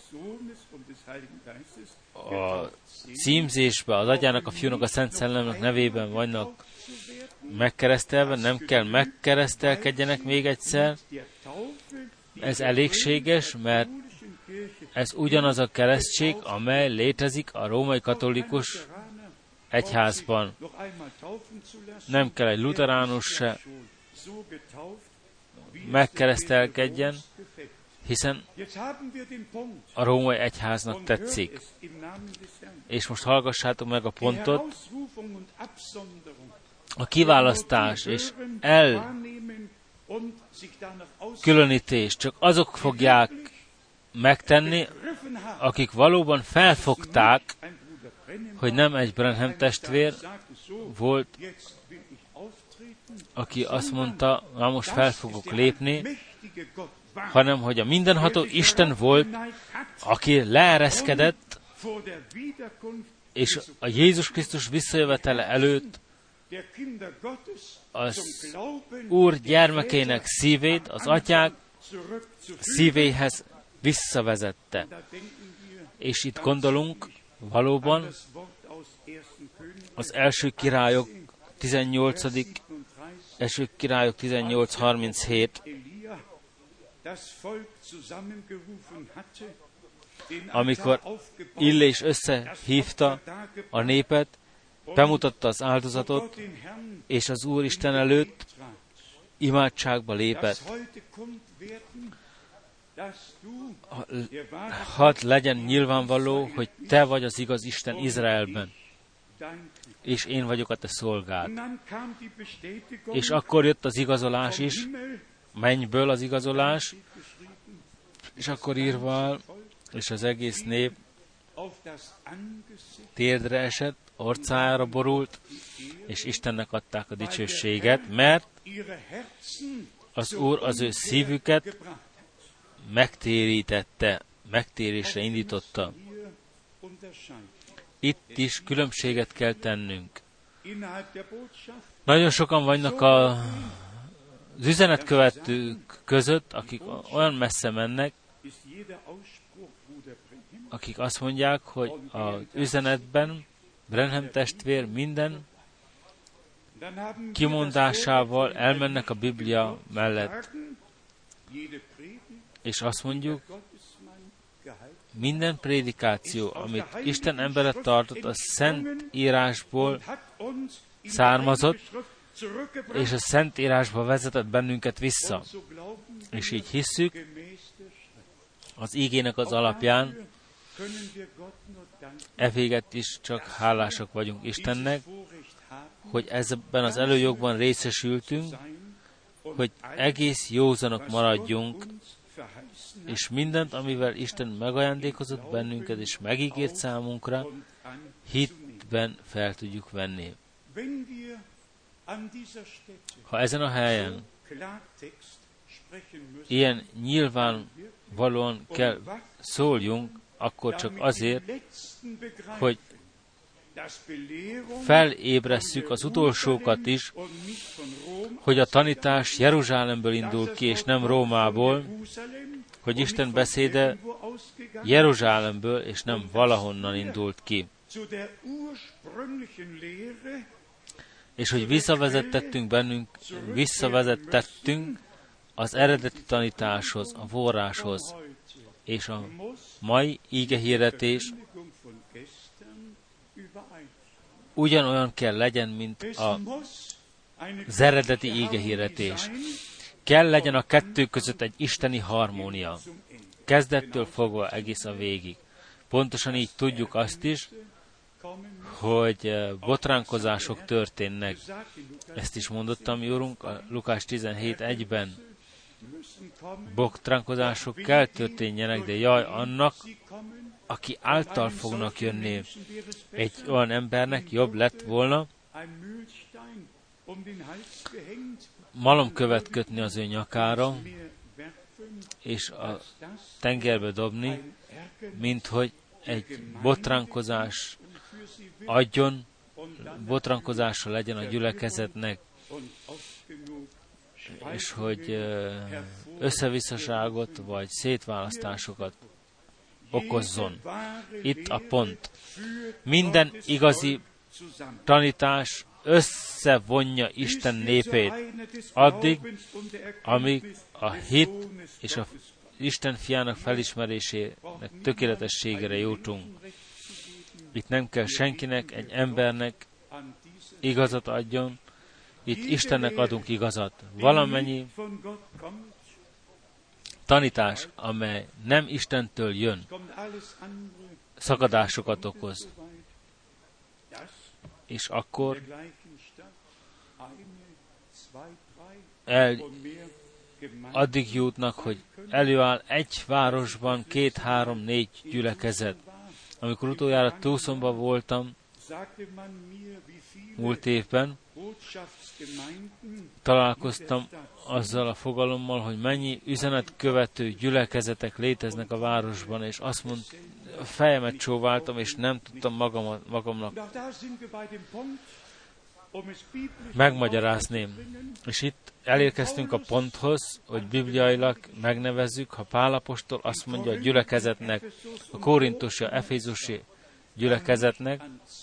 a címzésben az Atyának, a Fiúnak, a Szent Szellemnek nevében vannak megkeresztelve, nem kell megkeresztelkedjenek még egyszer. Ez elégséges, mert ez ugyanaz a keresztség, amely létezik a római katolikus egyházban. Nem kell egy luteránus se megkeresztelkedjen, hiszen a római egyháznak tetszik. És most hallgassátok meg a pontot. A kiválasztás és elkülönítést csak azok fogják megtenni, akik valóban felfogták, hogy nem egy Branham testvér volt, aki azt mondta, na most fel fogok lépni, hanem hogy a mindenható Isten volt, aki leereszkedett, és a Jézus Krisztus visszajövetele előtt az Úr gyermekeinek szívét az atyák szívéhez visszavezette. És itt gondolunk valóban az első királyok 18:37, amikor Illés összehívta a népet, bemutatta az áldozatot, és az Úristen előtt imádságba lépett. Hadd legyen nyilvánvaló, hogy te vagy az igaz Isten Izraelben, és én vagyok a te szolgád. És akkor jött az igazolás is, mennyből az igazolás, és akkor írva, és az egész nép térdre esett, orcájára borult, és Istennek adták a dicsőséget, mert az Úr az ő szívüket megtérítette, megtérésre indította. Itt is különbséget kell tennünk. Nagyon sokan vannak az üzenetkövetők között, akik olyan messze mennek, akik azt mondják, hogy az üzenetben Branham testvér minden kimondásával elmennek a Biblia mellett. És azt mondjuk, minden prédikáció, amit Isten embere tartott, a Szent Írásból származott, és a Szent Írásba vezetett bennünket vissza. És így hisszük, az ígének az alapján, e véget is csak hálásak vagyunk Istennek, hogy ebben az előjogban részesültünk, hogy egész józanok maradjunk, és mindent, amivel Isten megajándékozott bennünket, és megígért számunkra, hitben fel tudjuk venni. Ha ezen a helyen ilyen nyilvánvalóan kell szóljunk, akkor csak azért, hogy felébresszük az utolsókat is, hogy a tanítás Jeruzsálemből indul ki, és nem Rómából, hogy Isten beszéde Jeruzsálemből, és nem valahonnan indult ki. És hogy visszavezettettünk az eredeti tanításhoz, a forráshoz, és a mai ígehirdetés ugyanolyan kell legyen, mint az eredeti ígehirdetés. Kell legyen a kettő között egy isteni harmónia, kezdettől fogva egész a végig. Pontosan így tudjuk azt is, hogy botránkozások történnek. Ezt is mondottam, Úrunk, a Lukás 17:1-ben. Botránkozások kell történjenek, de jaj annak, aki által fognak jönni. Egy olyan embernek jobb lett volna malomkövet kötni az ő nyakára, és a tengerbe dobni, mint hogy egy botránkozás adjon, botránkozása legyen a gyülekezetnek, és hogy összevisszaságot vagy szétválasztásokat okozzon. Itt a pont. Minden igazi tanítás összevonja Isten népét addig, amíg a hit és a Isten fiának felismerésének tökéletességére jutunk. Itt nem kell senkinek, egy embernek igazat adjon, itt Istennek adunk igazat. Valamennyi tanítás, amely nem Istentől jön, szakadásokat okoz. És akkor addig jutnak, hogy előáll egy városban 2, 3, 4 gyülekezet. Amikor utoljára Tucsonban voltam, múlt évben, találkoztam azzal a fogalommal, hogy mennyi üzenetkövető gyülekezetek léteznek a városban, és azt mondta, fejemet csóváltam, és nem tudtam magamnak megmagyarázni. És itt elérkeztünk a ponthoz, hogy bibliailag megnevezzük, ha Pál apostol azt mondja a gyülekezetnek, a korintusi, efézusi gyülekezetnek,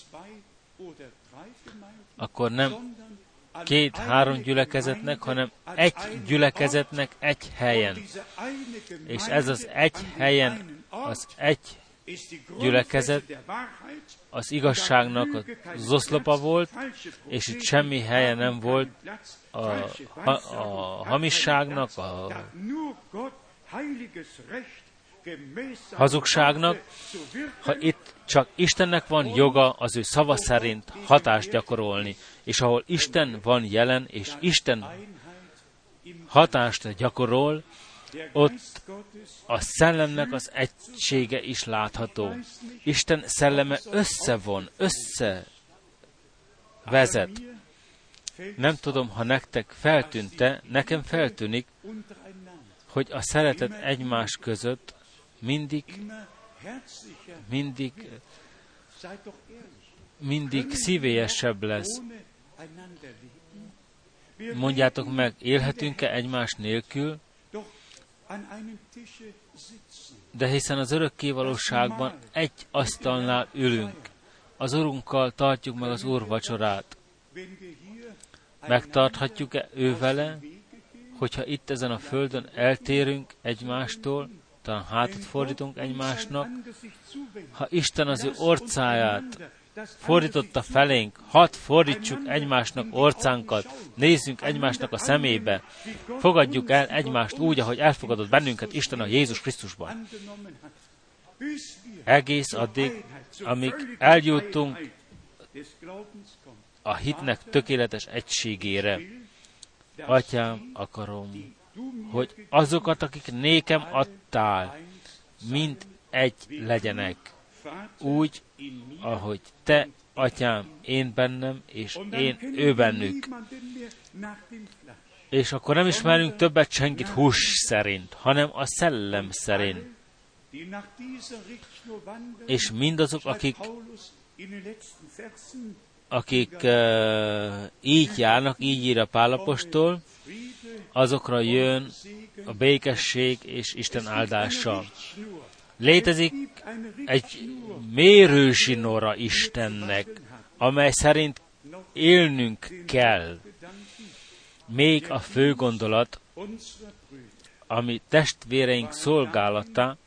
akkor nem 2, 3 gyülekezetnek, hanem egy gyülekezetnek egy helyen. És ez az egy helyen, az egy gyülekezet az igazságnak az oszlopa volt, és itt semmi helye nem volt a hamisságnak, a hazugságnak. Ha itt csak Istennek van joga az ő szava szerint hatást gyakorolni, és ahol Isten van jelen, és Isten hatást gyakorol, ott a szellemnek az egysége is látható. Isten szelleme összevon, összevezet. Nem tudom, ha nektek feltűnt-e, nekem feltűnik, hogy a szeretet egymás között mindig szívélyesebb lesz. Mondjátok meg, élhetünk-e egymás nélkül? De hiszen az örökkévalóságban egy asztalnál ülünk. Az Urunkkal tartjuk meg az Úr vacsorát. Megtarthatjuk-e ő vele, hogyha itt ezen a földön eltérünk egymástól, talán hátat fordítunk egymásnak? Ha Isten az ő orcáját fordította felénk, hadd fordítsuk egymásnak orcánkat, nézzünk egymásnak a szemébe, fogadjuk el egymást úgy, ahogy elfogadott bennünket Isten a Jézus Krisztusban. Egész addig, amíg eljutunk a hitnek tökéletes egységére. Atyám, akarom, hogy azokat, akik nékem adtál, mind egy legyenek, úgy, ahogy te, Atyám, én bennem, és én ő bennük. És akkor nem ismerünk többet senkit hús szerint, hanem a szellem szerint. És mindazok, akik így járnak, így ír a Pál apostol, azokra jön a békesség és Isten áldása. Létezik egy mérőzsinora Istennek, amely szerint élnünk kell. Még a fő gondolat, ami testvéreink szolgálata,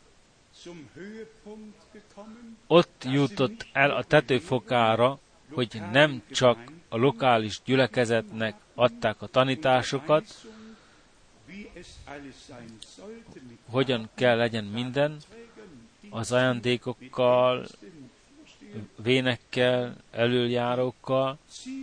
ott jutott el a tetőfokára, hogy nem csak a lokális gyülekezetnek adták a tanításokat, hogyan kell legyen minden, az ajándékokkal, vénekkel, elöljárókkal.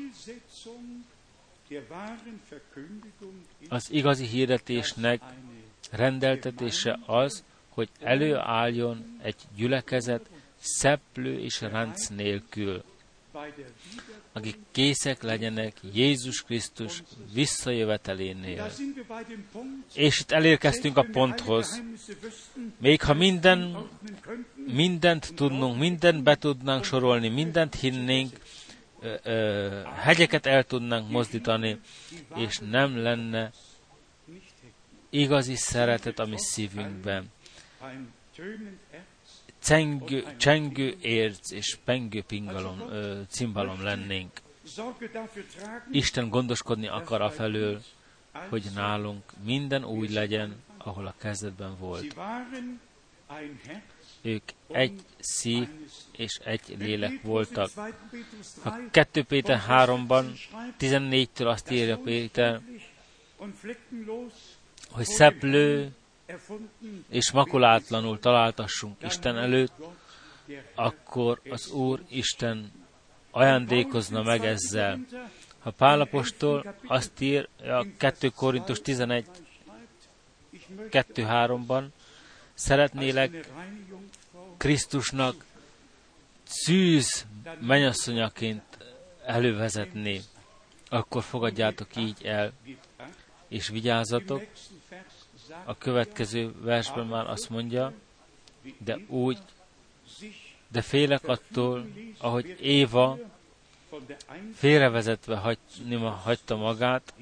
Az igazi hirdetésnek rendeltetése az, hogy előálljon egy gyülekezet szeplő és ránc nélkül, akik készek legyenek Jézus Krisztus visszajövetelénél. És itt elérkeztünk a ponthoz, még ha mindent tudnunk, mindent be tudnánk sorolni, mindent hinnénk, hegyeket el tudnánk mozdítani, és nem lenne igazi szeretet a mi szívünkben. Csengő érc és pengő cimbalom lennénk. Isten gondoskodni akar afelől, hogy nálunk minden úgy legyen, ahol a kezdetben volt. Ők egy szív és egy lélek voltak. A 2 Péter 3-ban, 14-től azt írja Péter, hogy szeplő és makulátlanul találtassunk Isten előtt, akkor az Úr Isten ajándékozna meg ezzel. Ha Pál apostol azt ír, a 2 Korintus 11, 2:3-ban, szeretnélek Krisztusnak szűz mennyasszonyaként elővezetni, akkor fogadjátok így el, és vigyázzatok. A következő versben már azt mondja, de félek attól, ahogy Éva félrevezetve hagyta magát,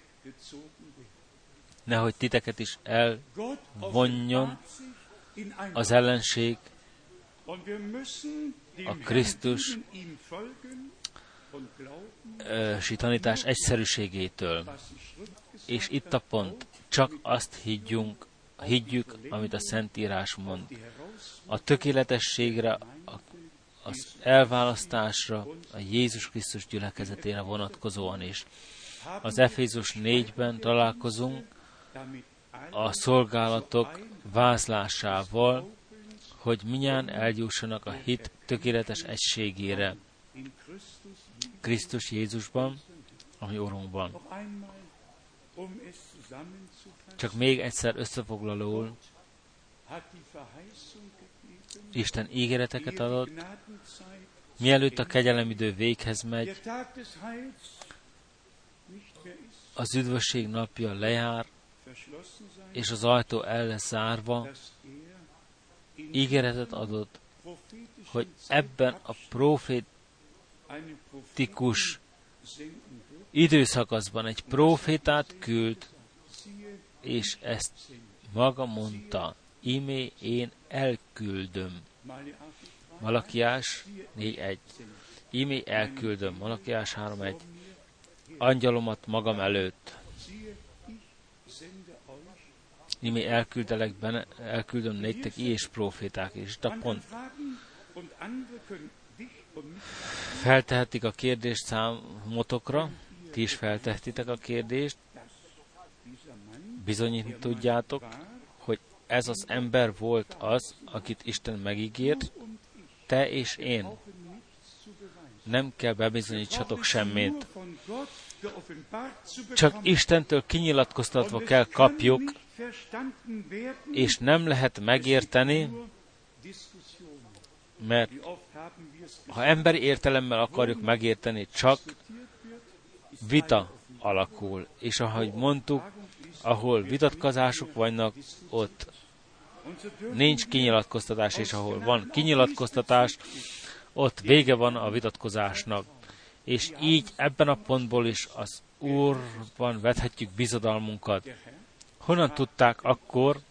nehogy titeket is elvonjon az ellenség a Krisztus tanítás egyszerűségétől. És itt a pont, csak azt higgyük, amit a Szentírás mond. A tökéletességre, az elválasztásra, a Jézus Krisztus gyülekezetére vonatkozóan is. Az Efézus 4-ben találkozunk a szolgálatok vázlásával, hogy minnyájan eljussanak a hit tökéletes egységére. Krisztus Jézusban, ami Urunkban. Csak még egyszer összefoglalóul, Isten ígéreteket adott, mielőtt a kegyelemidő véghez megy, az üdvösség napja lejár, és az ajtó el lesz zárva, ígéretet adott, hogy ebben a profétikus időszakaszban egy profétát küld, és ezt maga mondta, íme én elküldöm. Malakiás 4.1. Íme elküldöm. Malakiás 3.1. Angyalomat magam előtt. Íme elküldöm néktek és proféták. És itt a pont. Feltehetik a kérdést számotokra, ti is feltehtitek a kérdést, bizonyítani tudjátok, hogy ez az ember volt az, akit Isten megígért, te és én. Nem kell bebizonyítsatok semmit. Csak Istentől kinyilatkoztatva kell kapjuk, és nem lehet megérteni, mert ha emberi értelemmel akarjuk megérteni, csak vita alakul. És ahogy mondtuk, ahol vitatkozások vannak, ott nincs kinyilatkoztatás, és ahol van kinyilatkoztatás, ott vége van a vitatkozásnak. És így ebben a pontból is az Úrban vethetjük bizodalmunkat. Honnan tudták akkor,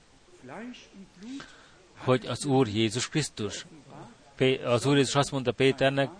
hogy az Úr Jézus Krisztus? Az Úr Jézus azt mondta Péternek,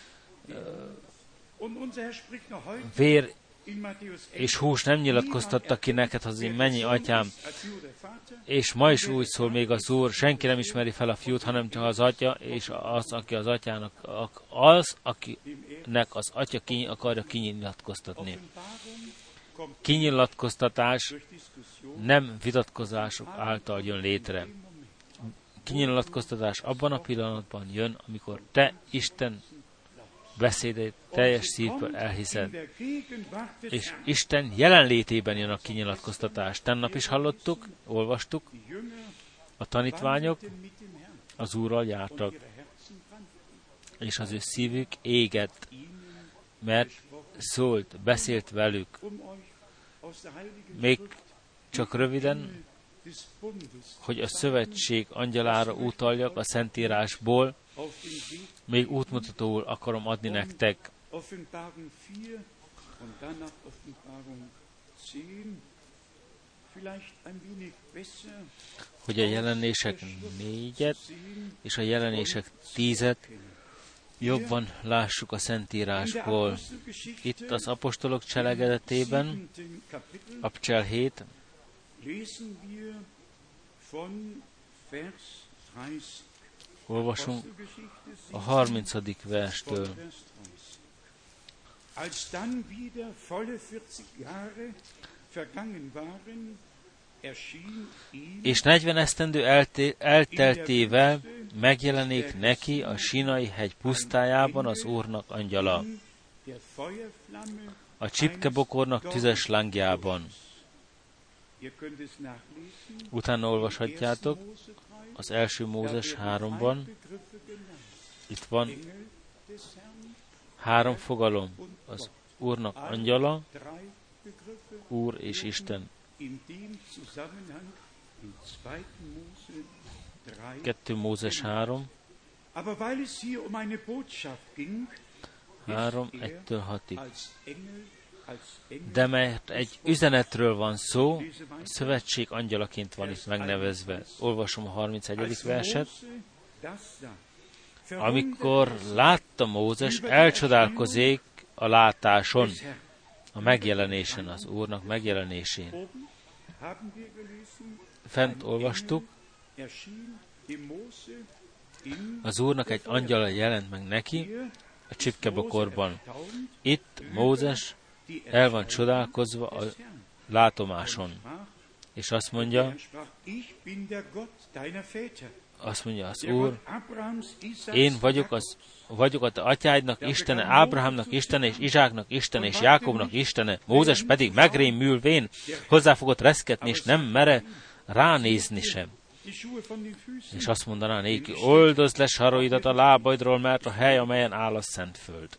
vér és hús nem nyilatkoztatta ki neked az én mennyi atyám. És ma is úgy szól még az Úr, senki nem ismeri fel a fiút, hanem csak az atya, és az, aki az atyának, akinek az atya akarja kinyilatkoztatni. Kinyilatkoztatás nem vitatkozások által jön létre. Kinyilatkoztatás abban a pillanatban jön, amikor te Isten beszédét teljes szívből elhiszed. És Isten jelenlétében jön a kinyilatkoztatás. Tennap is hallottuk, olvastuk, a tanítványok az Úrral jártak, és az ő szívük égett, mert szólt, beszélt velük. Még csak röviden, hogy a szövetség angyalára utaljak a Szentírásból, még útmutatóul akarom adni nektek. Hogy a jelenések 4-et és a jelenések 10-et jobban lássuk a Szentírásból. Itt az apostolok cselekedetében, Apostol 7, olvasunk a 30. verstől. És 40 esztendő elteltével megjelenik neki a Sínai hegy pusztájában az Úrnak angyala, a csipkebokornak tüzes lángjában. Utána olvashatjátok az első Mózes 3-ban. Itt van 3 fogalom, az Úrnak angyala, Úr és Isten. 2 Mózes 3, 1-6-ig. De mert egy üzenetről van szó, a szövetség angyalaként van itt megnevezve. Olvasom a 31. verset. Amikor látta Mózes, elcsodálkozik a látáson, a megjelenésen, az Úrnak megjelenésén. Fent olvastuk, az Úrnak egy angyala jelent meg neki a csipkebokorban. Itt Mózes el van csodálkozva a látomáson, és azt mondja az Úr, én vagyok a te atyáidnak Istene, Ábrahámnak Istene, és Izsáknak Istene, és Jákobnak Istene. Mózes pedig megrémülvén hozzá fogott reszketni, és nem mere ránézni sem. És azt mondaná néki, oldozd le saroidat a lábaidról, mert a hely, amelyen áll a szent föld.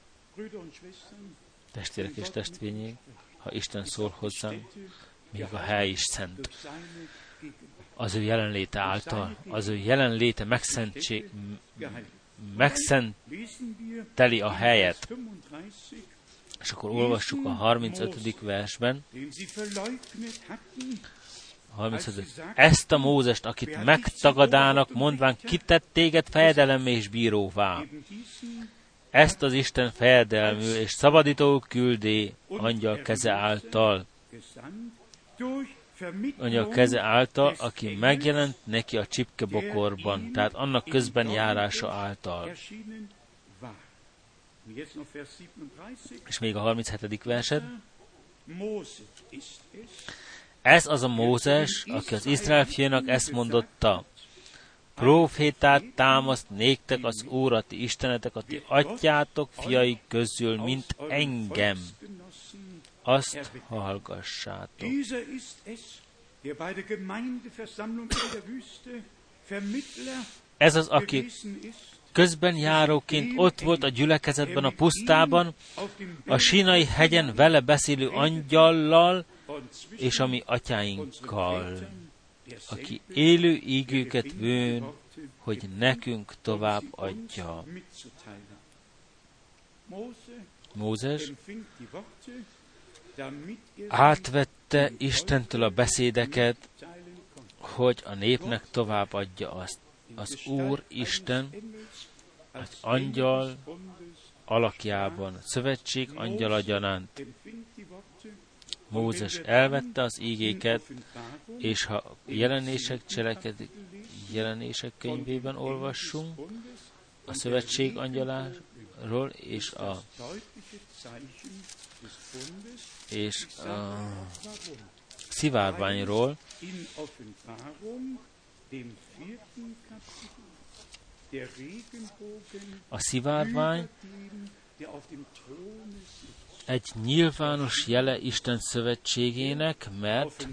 Testvérek és testvények, ha Isten szól hozzám, még a hely is szent. Az ő jelenléte által, az ő jelenléte megszenteli a helyet. És akkor olvassuk a 35. versben. 35. Ezt a Mózest, akit megtagadának, mondván, kitett téged fejedelemmé és bíróvá. Ezt az Isten fejedelmű és szabadító küldé angyal keze által, aki megjelent neki a csipkebokorban, tehát annak közben járása által. És még a 37. verset. Ez az a Mózes, aki az Izrael fiainak ezt mondotta. Prófétát támaszt néktek az Úr, a ti istenetek, a ti atyátok fiai közül, mint engem. Azt hallgassátok. Ez az, aki közben járóként ott volt a gyülekezetben, a pusztában, a Sínai hegyen vele beszélő angyallal, és a mi atyáinkkal, aki élő ígőket vőn, hogy nekünk tovább adja. Mózes átvette Istentől a beszédeket, hogy a népnek tovább adja azt. Az Úr Isten az angyal alakjában, szövetség angyala gyanánt. Mózes elvette az ígéket, és ha jelenések könyvében olvassunk, a szövetség angyaláról és a szivárványról, a szivárvány egy nyilvános jele Isten szövetségének, mert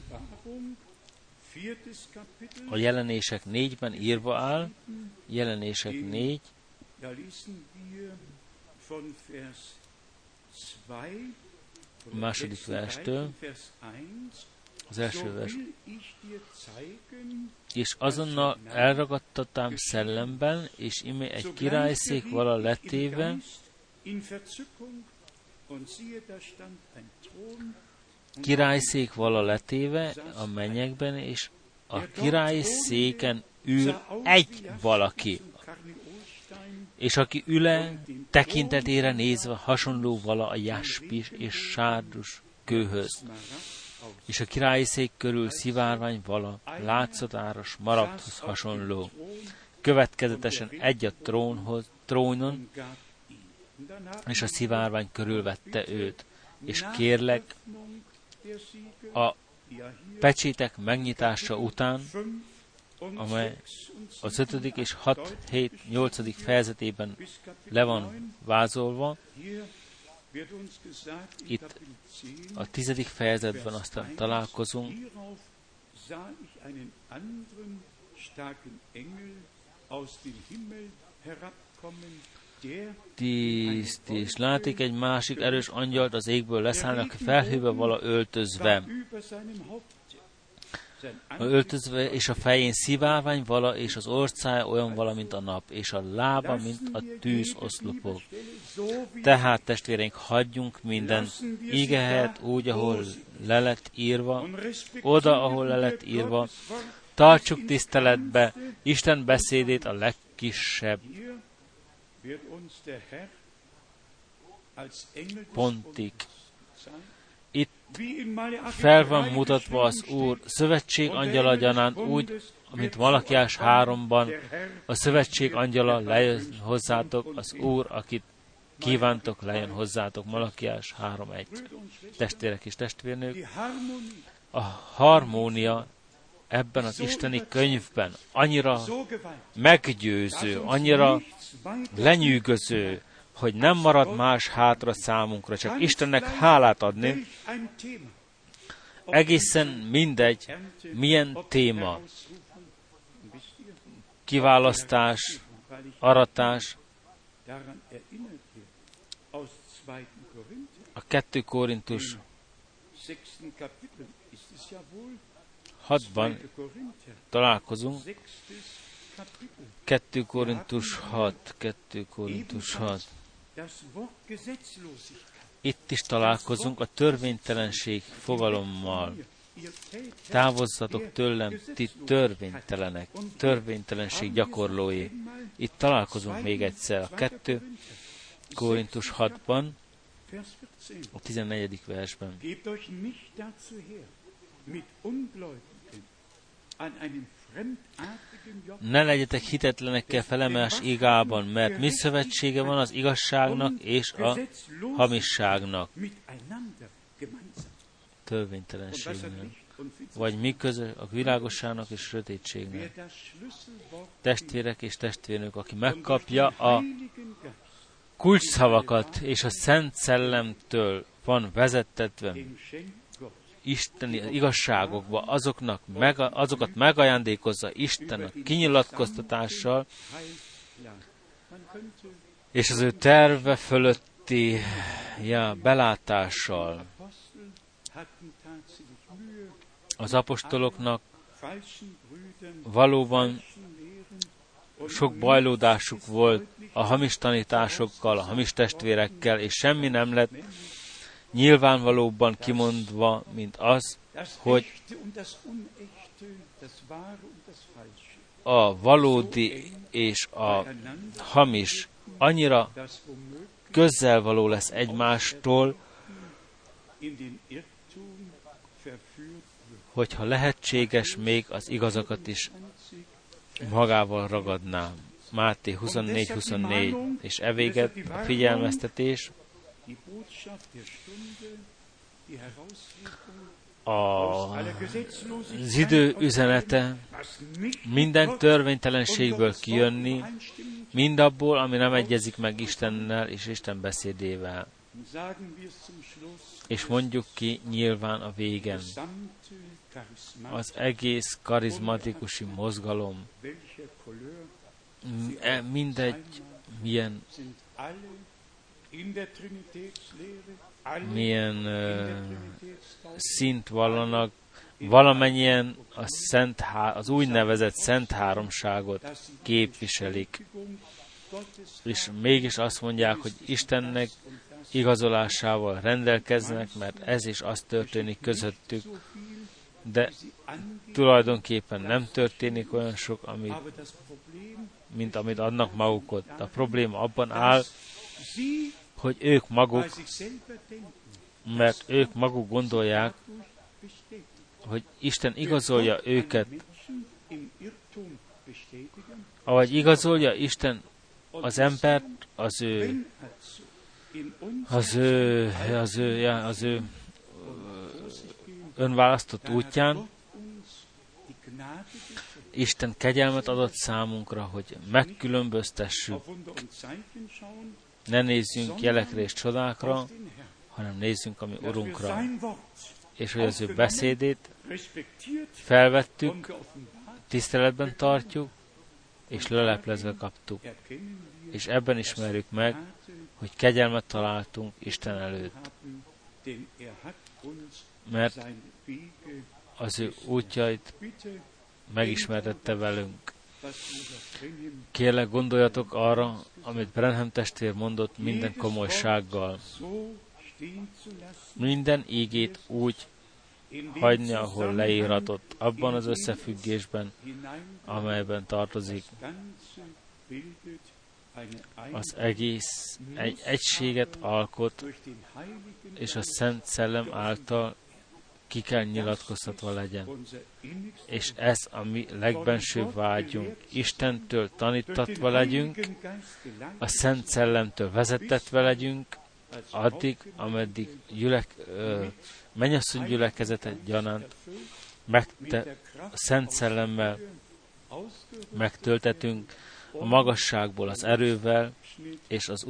a jelenések 4-ben írva áll, jelenések 4, a második verstől, az első vers. És azonnal elragadtatám szellemben, és ime egy királyszék vala letéve, a mennyekben, és a királyi széken ül egy valaki, és aki üle, tekintetére nézve hasonló vala a jaspis és sárdus kőhöz, és a királyi szék körül szivárvány vala, látszatáros maragdhoz hasonló, következetesen egy a trónon, és a szivárvány körülvette őt, és kérlek, a pecsétek megnyitása után, amely az 5. és 6, 7, 8. fejezetében le van vázolva, Itt a 10. fejezetben aztán találkozunk. 10, és látik egy másik erős angyalt az égből leszállni, aki felhőbe vala öltözve, és a fején szivárvány vala, és az orcája olyan vala, mint a nap, és a lába, mint a tűzoszlopok. Tehát, testvéreink, hagyjunk minden igehelyet úgy, ahol le lett írva, oda, ahol le lett írva, tartsuk tiszteletbe Isten beszédét a legkisebb pontig. Itt fel van mutatva az Úr szövetség angyala gyanánt úgy, mint Malakiás 3-ban a szövetség angyala lejön hozzátok, az Úr, akit kívántok, lejön hozzátok. Malakiás 3.1. Testvérek és testvérnők, a harmónia ebben az isteni könyvben annyira meggyőző, annyira lenyűgöző, hogy nem marad más hátra számunkra, csak Istennek hálát adni. Egészen mindegy, milyen téma, kiválasztás, aratás. A 2 Korintus 6-ban találkozunk. 2 Korintus 6. Itt is találkozunk a törvénytelenség fogalommal. Távozzatok tőlem, ti törvénytelenek, törvénytelenség gyakorlói. Itt találkozunk még egyszer a 2 Korintus 6-ban, a 14. versben. Ne legyetek hitetlenekkel felemás igában, mert mi szövetsége van az igazságnak és a hamisságnak. Törvénytelenségnek. Vagy mi közös a világosságnak és sötétségnek. Testvérek és testvérnők, aki megkapja a kulcsszavakat és a Szent Szellemtől van vezettetve isteni igazságokba, azokat megajándékozza Isten a kinyilatkoztatással, és az ő terve fölötti belátással. Az apostoloknak valóban sok bajlódásuk volt a hamis tanításokkal, a hamis testvérekkel, és semmi nem lett nyilvánvalóbban kimondva, mint az, hogy a valódi és a hamis annyira közelvaló lesz egymástól, hogyha lehetséges, még az igazakat is magával ragadná. Máté 24-24, és evéget a figyelmeztetés, az idő üzenete minden törvénytelenségből kijönni, mindabból, ami nem egyezik meg Istennel és Isten beszédével. És mondjuk ki nyilván a végen. Az egész karizmatikusi mozgalom, mindegy, milyen szint vallanak, valamennyien az úgynevezett Szent Háromságot képviselik. És mégis azt mondják, hogy Istennek igazolásával rendelkeznek, mert ez is az történik közöttük, de tulajdonképpen nem történik olyan sok, mint amit adnak magukot. A probléma abban áll, hogy ők maguk, mert ők maguk gondolják, hogy Isten igazolja őket. Ahogy igazolja Isten az embert az ő önválasztott útján, Isten kegyelmet adott számunkra, hogy megkülönböztessük Ne nézzünk jelekre és csodákra, hanem nézzünk a mi Urunkra. És hogy az ő beszédét felvettük, tiszteletben tartjuk, és leleplezve kaptuk. És ebben ismerjük meg, hogy kegyelmet találtunk Isten előtt. Mert az ő útjait megismertette velünk. Kérlek, gondoljatok arra, amit Branham testvér mondott minden komolysággal. Minden ígét úgy hagyni, ahol leíratott, abban az összefüggésben, amelyben tartozik. Az egész egy egységet alkot, és a Szent Szellem által ki kell nyilatkoztatva legyen. És ez a mi legbensőbb vágyunk. Istentől tanítatva legyünk, a Szent Szellemtől vezettetve legyünk, addig, ameddig mennyasszony gyülekezetet gyanánt a Szent Szellemmel megtöltetünk, a magasságból az erővel, és az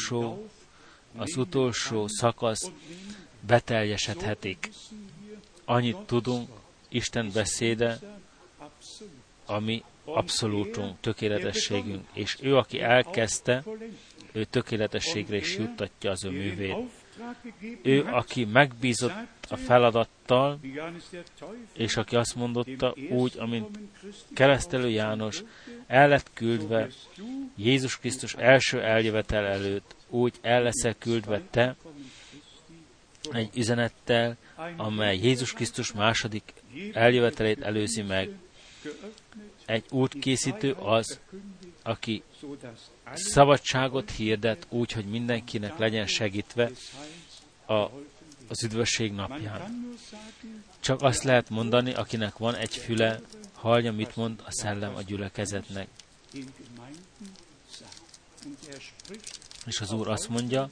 utolsó szakasz beteljesedhetik. Annyit tudunk, Isten beszéde, ami abszolútunk, tökéletességünk, és ő, aki elkezdte, ő tökéletességre is juttatja az ő művét. Ő, aki megbízott a feladattal, és aki azt mondotta, úgy, amint keresztelő János el lett küldve Jézus Krisztus első eljövetel előtt, úgy el leszel küldve te egy üzenettel, amely Jézus Krisztus második eljövetelét előzi meg. Egy útkészítő az, aki szabadságot hirdet úgy, hogy mindenkinek legyen segítve az üdvösség napján. Csak azt lehet mondani, akinek van egy füle, hallja, mit mond a szellem a gyülekezetnek. És az Úr azt mondja,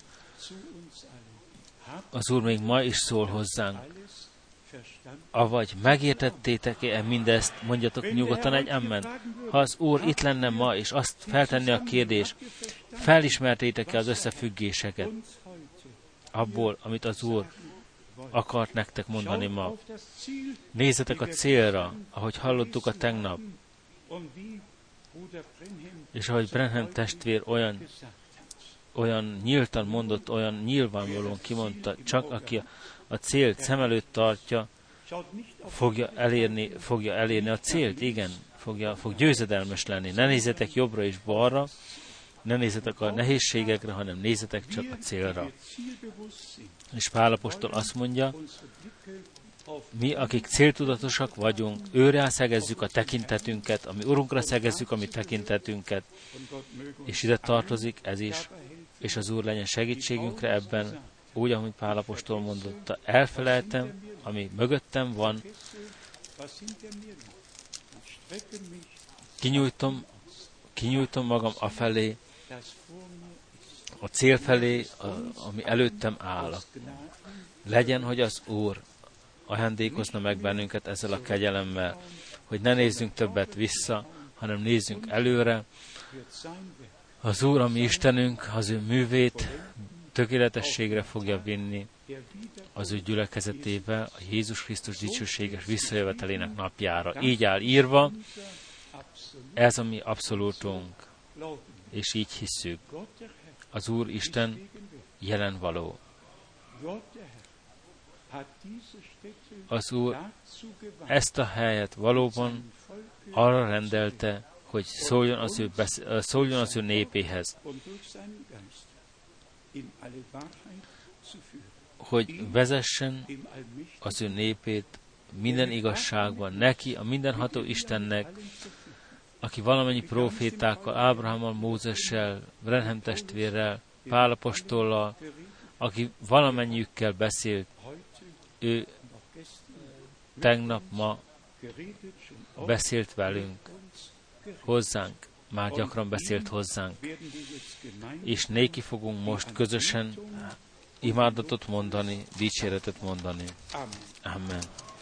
az Úr még ma is szól hozzánk. Avagy megértettétek-e mindezt, mondjatok nyugodtan egy amen. Ha az Úr itt lenne ma, és azt feltenni a kérdés, felismertétek-e az összefüggéseket abból, amit az Úr akart nektek mondani ma. Nézzetek a célra, ahogy hallottuk a tegnap, és ahogy Branham testvér olyan nyíltan mondott, olyan nyilvánvalóan kimondta, csak aki a célt szem előtt tartja, fogja elérni a célt, igen, fog győzedelmes lenni. Ne nézzetek jobbra és balra, ne nézzetek a nehézségekre, hanem nézzetek csak a célra. És Pál apostol azt mondja, mi, akik céltudatosak vagyunk, őre szegezzük a tekintetünket, ami Urunkra szegezzük a mi tekintetünket, és ide tartozik ez is, és az Úr legyen segítségünkre ebben, úgy, ahogy Pál apostol mondotta, elfelejtem, ami mögöttem van, kinyújtom magam afelé, a cél felé, ami előttem áll. Legyen, hogy az Úr ajándékozna meg bennünket ezzel a kegyelemmel, hogy ne nézzünk többet vissza, hanem nézzünk előre. Az Úr, a mi Istenünk, az ő művét tökéletességre fogja vinni az ő gyülekezetével a Jézus Krisztus dicsőséges visszajövetelének napjára. Így áll írva, ez a mi abszolútunk, és így hisszük. Az Úr Isten jelen való. Az Úr ezt a helyet valóban arra rendelte, hogy szóljon az ő népéhez, hogy vezessen az ő népét minden igazságban, neki, a mindenható Istennek, aki valamennyi profétákkal, Ábrahámmal, Mózessel, Branham testvérrel, Pál apostollal, aki valamennyiükkel beszélt, ő tegnap, ma beszélt velünk, hozzánk, már gyakran beszélt hozzánk, és néki fogunk most közösen imádatot mondani, dicséretet mondani. Amen.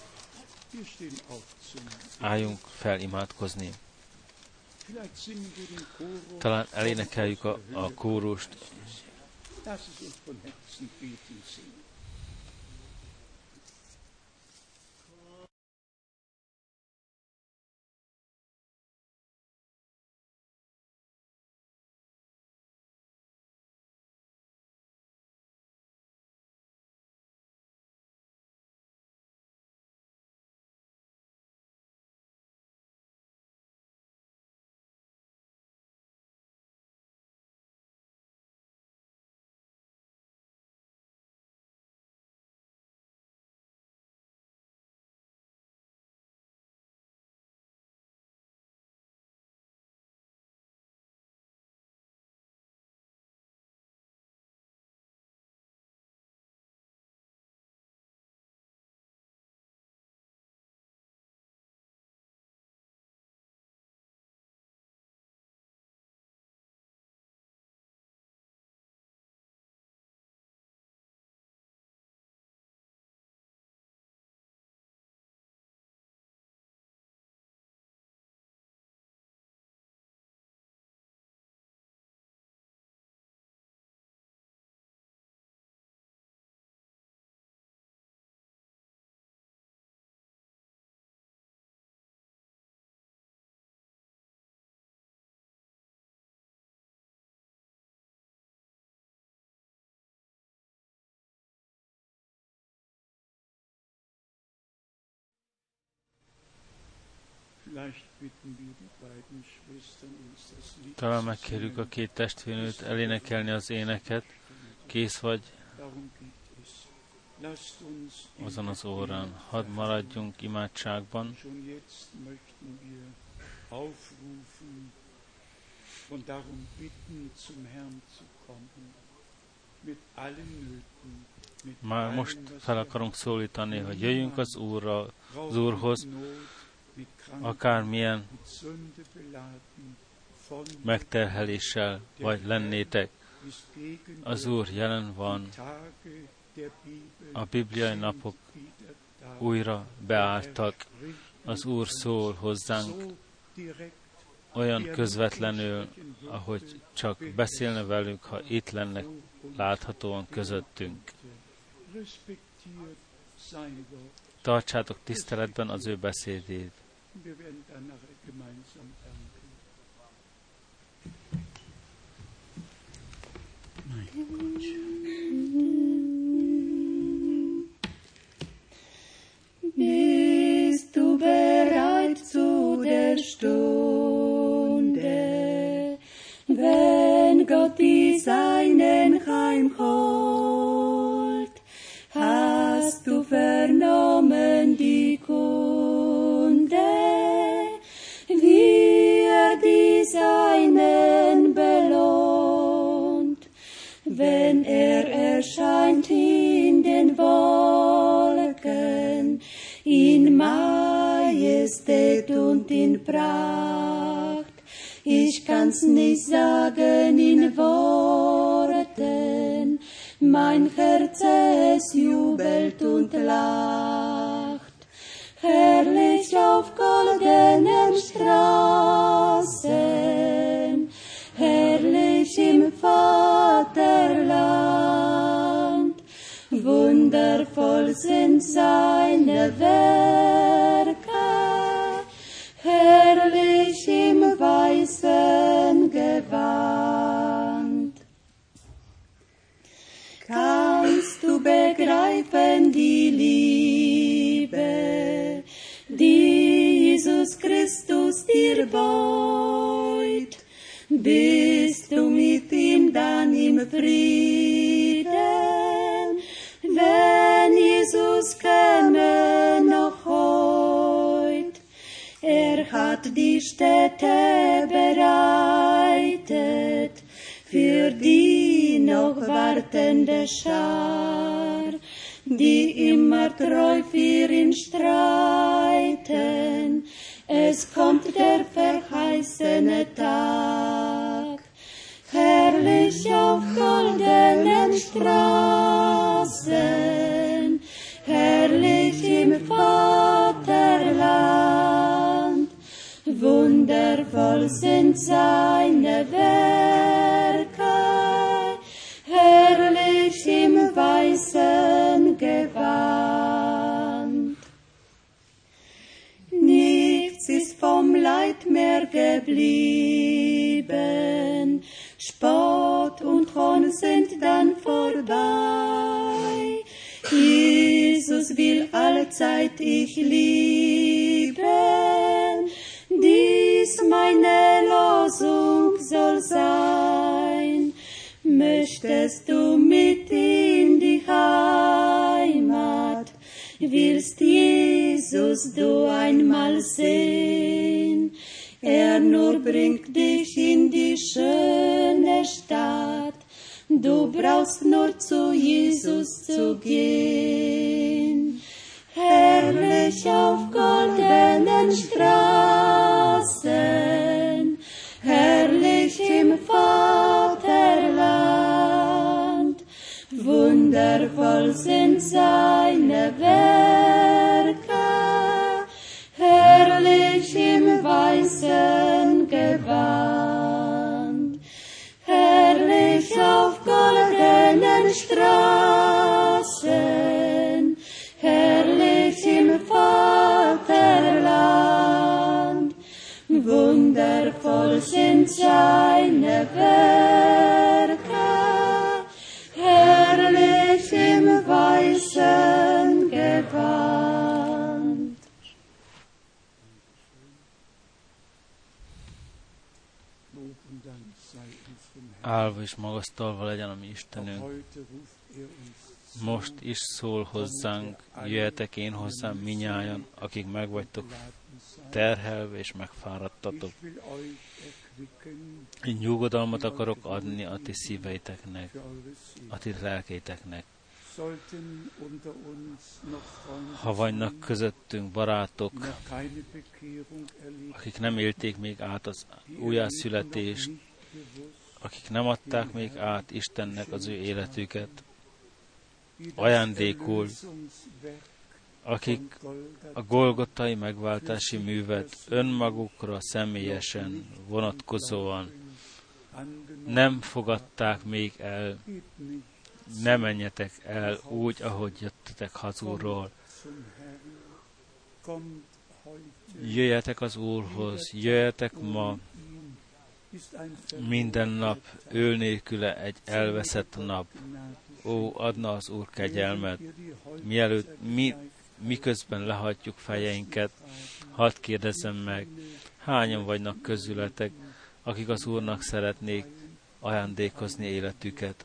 Álljunk fel imádkozni. Talán elénekeljük a kórust, Talán megkérjük a két testvérnőt elénekelni az éneket. Kész vagy azon az órán. Hadd maradjunk imádságban. Már most fel akarunk szólítani, hogy jöjjünk az Úrhoz, akármilyen megterheléssel vagy lennétek. Az Úr jelen van, a bibliai napok újra beálltak, az Úr szól hozzánk olyan közvetlenül, ahogy csak beszélne velünk, ha itt lennek láthatóan közöttünk. Tartsátok tiszteletben az ő beszédét. Bist du bereit zu der Stunde, wenn Gott die Seinen heimholt? Hast du vernommen die Kunde, wie die Seinen belohnt, wenn erscheint in den Wolken, in Majestät und in Pracht. Ich kann's nicht sagen in Worten, mein Herz es jubelt und lacht. Herrlich auf goldenen Straßen, herrlich im Vaterland, wundervoll sind seine Werke, herrlich im weißen Gewand. Kannst du begreifen die Liebe, die Jesus Christus dir beut? Bist du mit ihm dann im Frieden, wenn Jesus käme noch heut? Hat die Stätte bereitet für die noch wartende Schar, die immer treu für ihn streiten. Es kommt der verheißene Tag, herrlich auf goldenen Straßen, herrlich im Vaterland, wundervoll sind seine Werke, herrlich geblieben. Spott und Hohn sind dann vorbei. Jesus will allezeit ich lieben. Dies meine Losung soll sein. Möchtest du mit in die Heimat? Willst Jesus du einmal sehen? Er nur bringt dich in die schöne Stadt. Du brauchst nur zu Jesus zu gehen. Herrlich auf goldenen Straßen, herrlich im Vaterland. Wundervoll sind seine Werke, herrlich im weißen Gewand. Herrlich auf goldenen Straßen, herrlich im Vaterland. Wundervoll sind seine Werke, herrlich im weißen Gewand. Állva és magasztalva legyen a mi Istenünk. Most is szól hozzánk, jöjjetek én hozzám minnyájan, akik megvagytok terhelve és megfáradtatok. Én nyugodalmat akarok adni a ti szíveiteknek, a ti lelkeiteknek. Ha vannak közöttünk barátok, akik nem élték még át az újjászületést, akik nem adták még át Istennek az ő életüket, ajándékul, akik a golgotai megváltási művet önmagukra személyesen, vonatkozóan nem fogadták még el, ne menjetek el úgy, ahogy jöttetek hazulról. Jöjjetek az Úrhoz, jöjjetek ma. Minden nap ő nélküle egy elveszett nap. Ó, adna az Úr kegyelmet. Mielőtt miközben lehagyjuk fejeinket, hadd kérdezzem meg, hányan vagynak közületek, akik az Úrnak szeretnék ajándékozni életüket.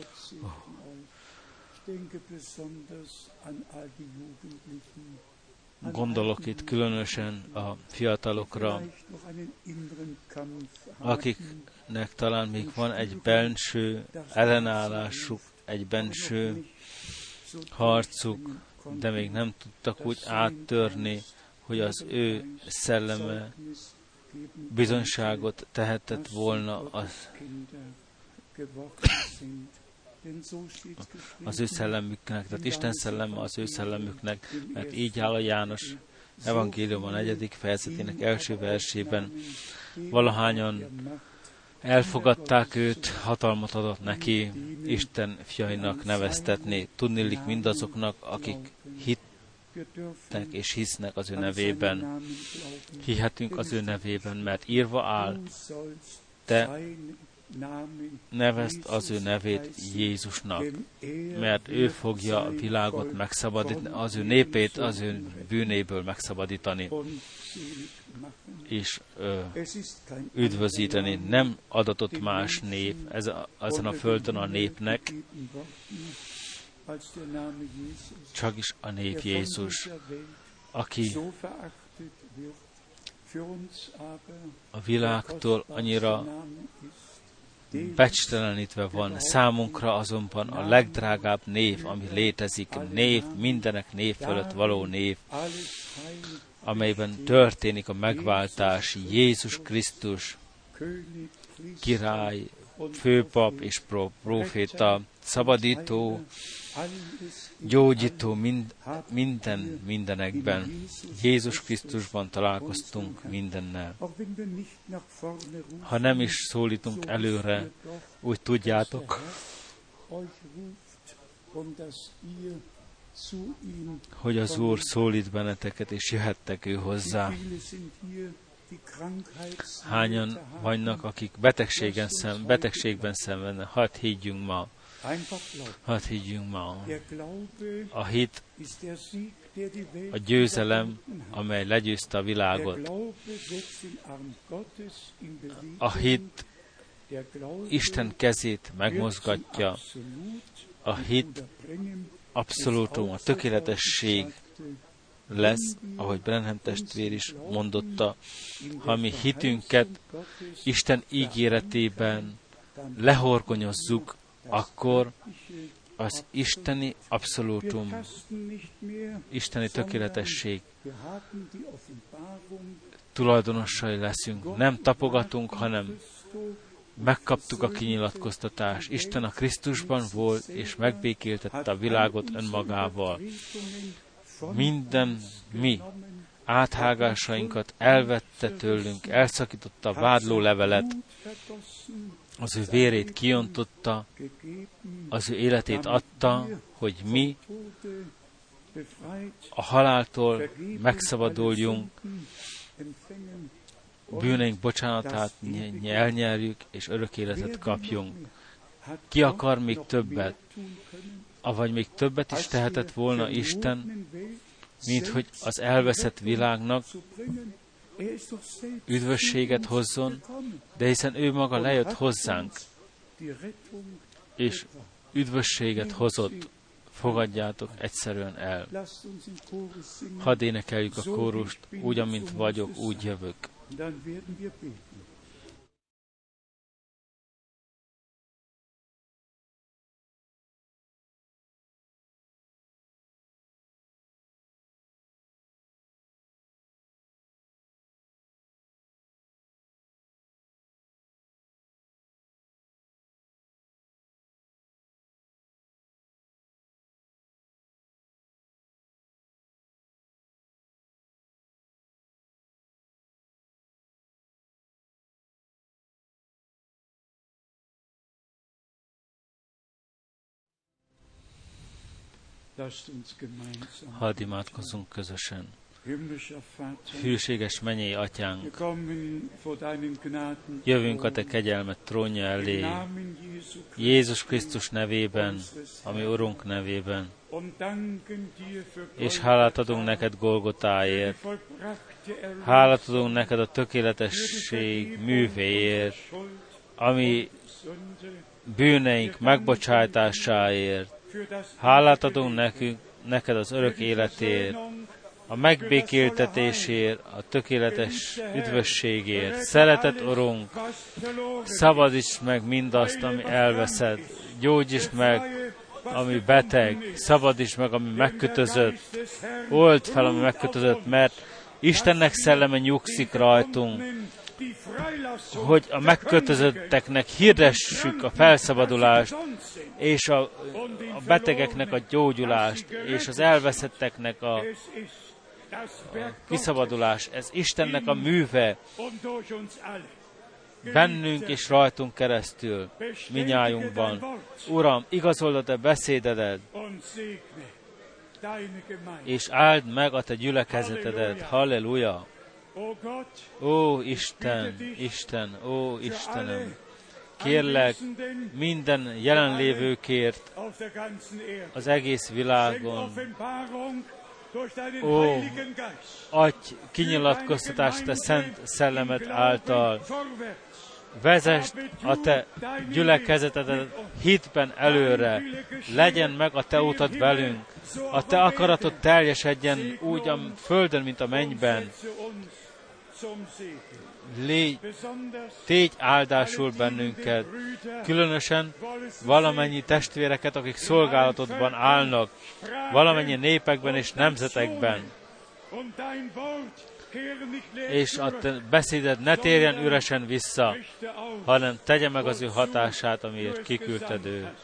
Gondolok itt különösen a fiatalokra, akiknek talán még van egy benső ellenállásuk, egy benső harcuk, de még nem tudtak úgy áttörni, hogy az ő szelleme bizonyságot tehetett volna az ő szellemüknek, tehát Isten szelleme az ő szellemüknek, mert így áll a János evangélium a 4. fejezetének első versében. Valahányan elfogadták őt, hatalmat adott neki, Isten fiainak neveztetni. Tudniillik mindazoknak, akik hittek és hisznek az ő nevében. Hihetünk az ő nevében, mert írva áll, te nevezd az ő nevét Jézusnak, mert ő fogja a világot megszabadítani, az ő népét az ő bűnéből megszabadítani, és üdvözíteni. Nem adatott más név ezen a földön a népnek, csak is a név Jézus, aki a világtól annyira becstelenítve van. Számunkra azonban a legdrágább név, ami létezik, név, mindenek név fölött való név, amelyben történik a megváltás, Jézus Krisztus, király, főpap és próféta, szabadító, gyógyító mindenekben. Jézus Krisztusban találkoztunk mindennel. Ha nem is szólítunk előre, úgy tudjátok, hogy az Úr szólít benneteket, és jöhettek ő hozzá. Hányan vannak, akik betegségben szenvednek. Hadd higgyünk ma. A hit a győzelem, amely legyőzte a világot. A hit Isten kezét megmozgatja. A hit abszolútum, a tökéletesség lesz, ahogy Branham testvér is mondotta, ha mi hitünket Isten ígéretében lehorgonyozzuk, akkor az isteni abszolútum, isteni tökéletesség tulajdonossai leszünk. Nem tapogatunk, hanem megkaptuk a kinyilatkoztatást. Isten a Krisztusban volt, és megbékéltette a világot önmagával. Minden mi áthágásainkat elvette tőlünk, elszakította a vádló levelet, az ő vérét kiontotta, az ő életét adta, hogy mi a haláltól megszabaduljunk, bűneink bocsánatát elnyerjük, és örök életet kapjunk. Ki akar még többet? Avagy még többet is tehetett volna Isten, mint hogy az elveszett világnak üdvösséget hozzon, de hiszen ő maga lejött hozzánk, és üdvösséget hozott. Fogadjátok egyszerűen el. Hadd énekeljük a kórust, úgy, amint vagyok, úgy jövök. Hadd imádkozzunk közösen. Hűséges mennyei Atyánk, jövünk a Te kegyelmed trónja elé, Jézus Krisztus nevében, ami Urunk nevében, és hálát adunk neked Golgotáért, hálát adunk neked a tökéletesség művéért, ami bűneink megbocsátásáért, hálát adunk neked az örök életért, a megbékéltetésért, a tökéletes üdvösségért. Szeretett Urunk, szabadíts meg mindazt, ami elveszed, gyógyítsd meg, ami beteg, szabadíts meg, ami megkötözött, old fel, ami megkötözött, mert Istennek szelleme nyugszik rajtunk, hogy a megkötözötteknek hirdessük a felszabadulást, és a betegeknek a gyógyulást, és az elveszetteknek a kiszabadulás. Ez Istennek a műve, bennünk és rajtunk keresztül, minnyájunkban. Uram, igazold a Te beszédedet, és áld meg a Te gyülekezetedet. Halleluja! Ó Isten, Isten, ó Istenem! Kérlek minden jelenlévőkért az egész világon, ó, adj kinyilatkoztatást Te szent szellemed által, vezesd a Te gyülekezetedet hitben előre, legyen meg a Te utad velünk, a Te akaratod teljesedjen úgy a földön, mint a mennyben. Tégy áldásul bennünket, különösen valamennyi testvéreket, akik szolgálatodban állnak, valamennyi népekben és nemzetekben. És a Te beszéded ne térjen üresen vissza, hanem tegye meg az ő hatását, amiért kiküldted őt.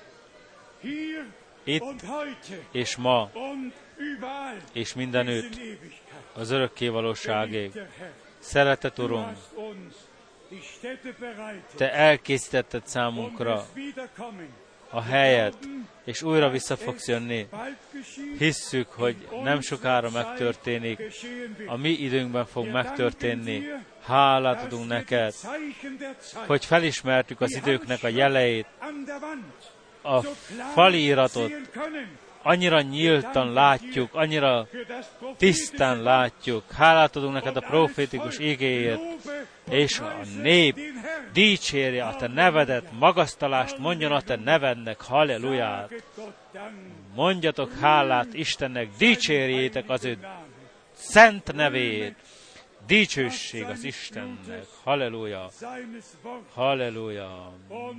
Itt és ma, és mindenütt az örökké valóságig. Szeretett Urunk, Te elkészítetted számunkra a helyet, és újra vissza fogsz jönni. Hisszük, hogy nem sokára megtörténik, a mi időnkben fog megtörténni. Hálát adunk neked, hogy felismertük az időknek a jeleit, a faliratot, annyira nyíltan látjuk, annyira tisztán látjuk. Hálát adunk neked a profétikus igéért, és a nép dicsérje a te nevedet, magasztalást mondjon a te nevednek, halleluját. Mondjatok hálát Istennek, dicsérjétek az ő szent nevét. Dicsőség az Istennek, halleluja, halleluja.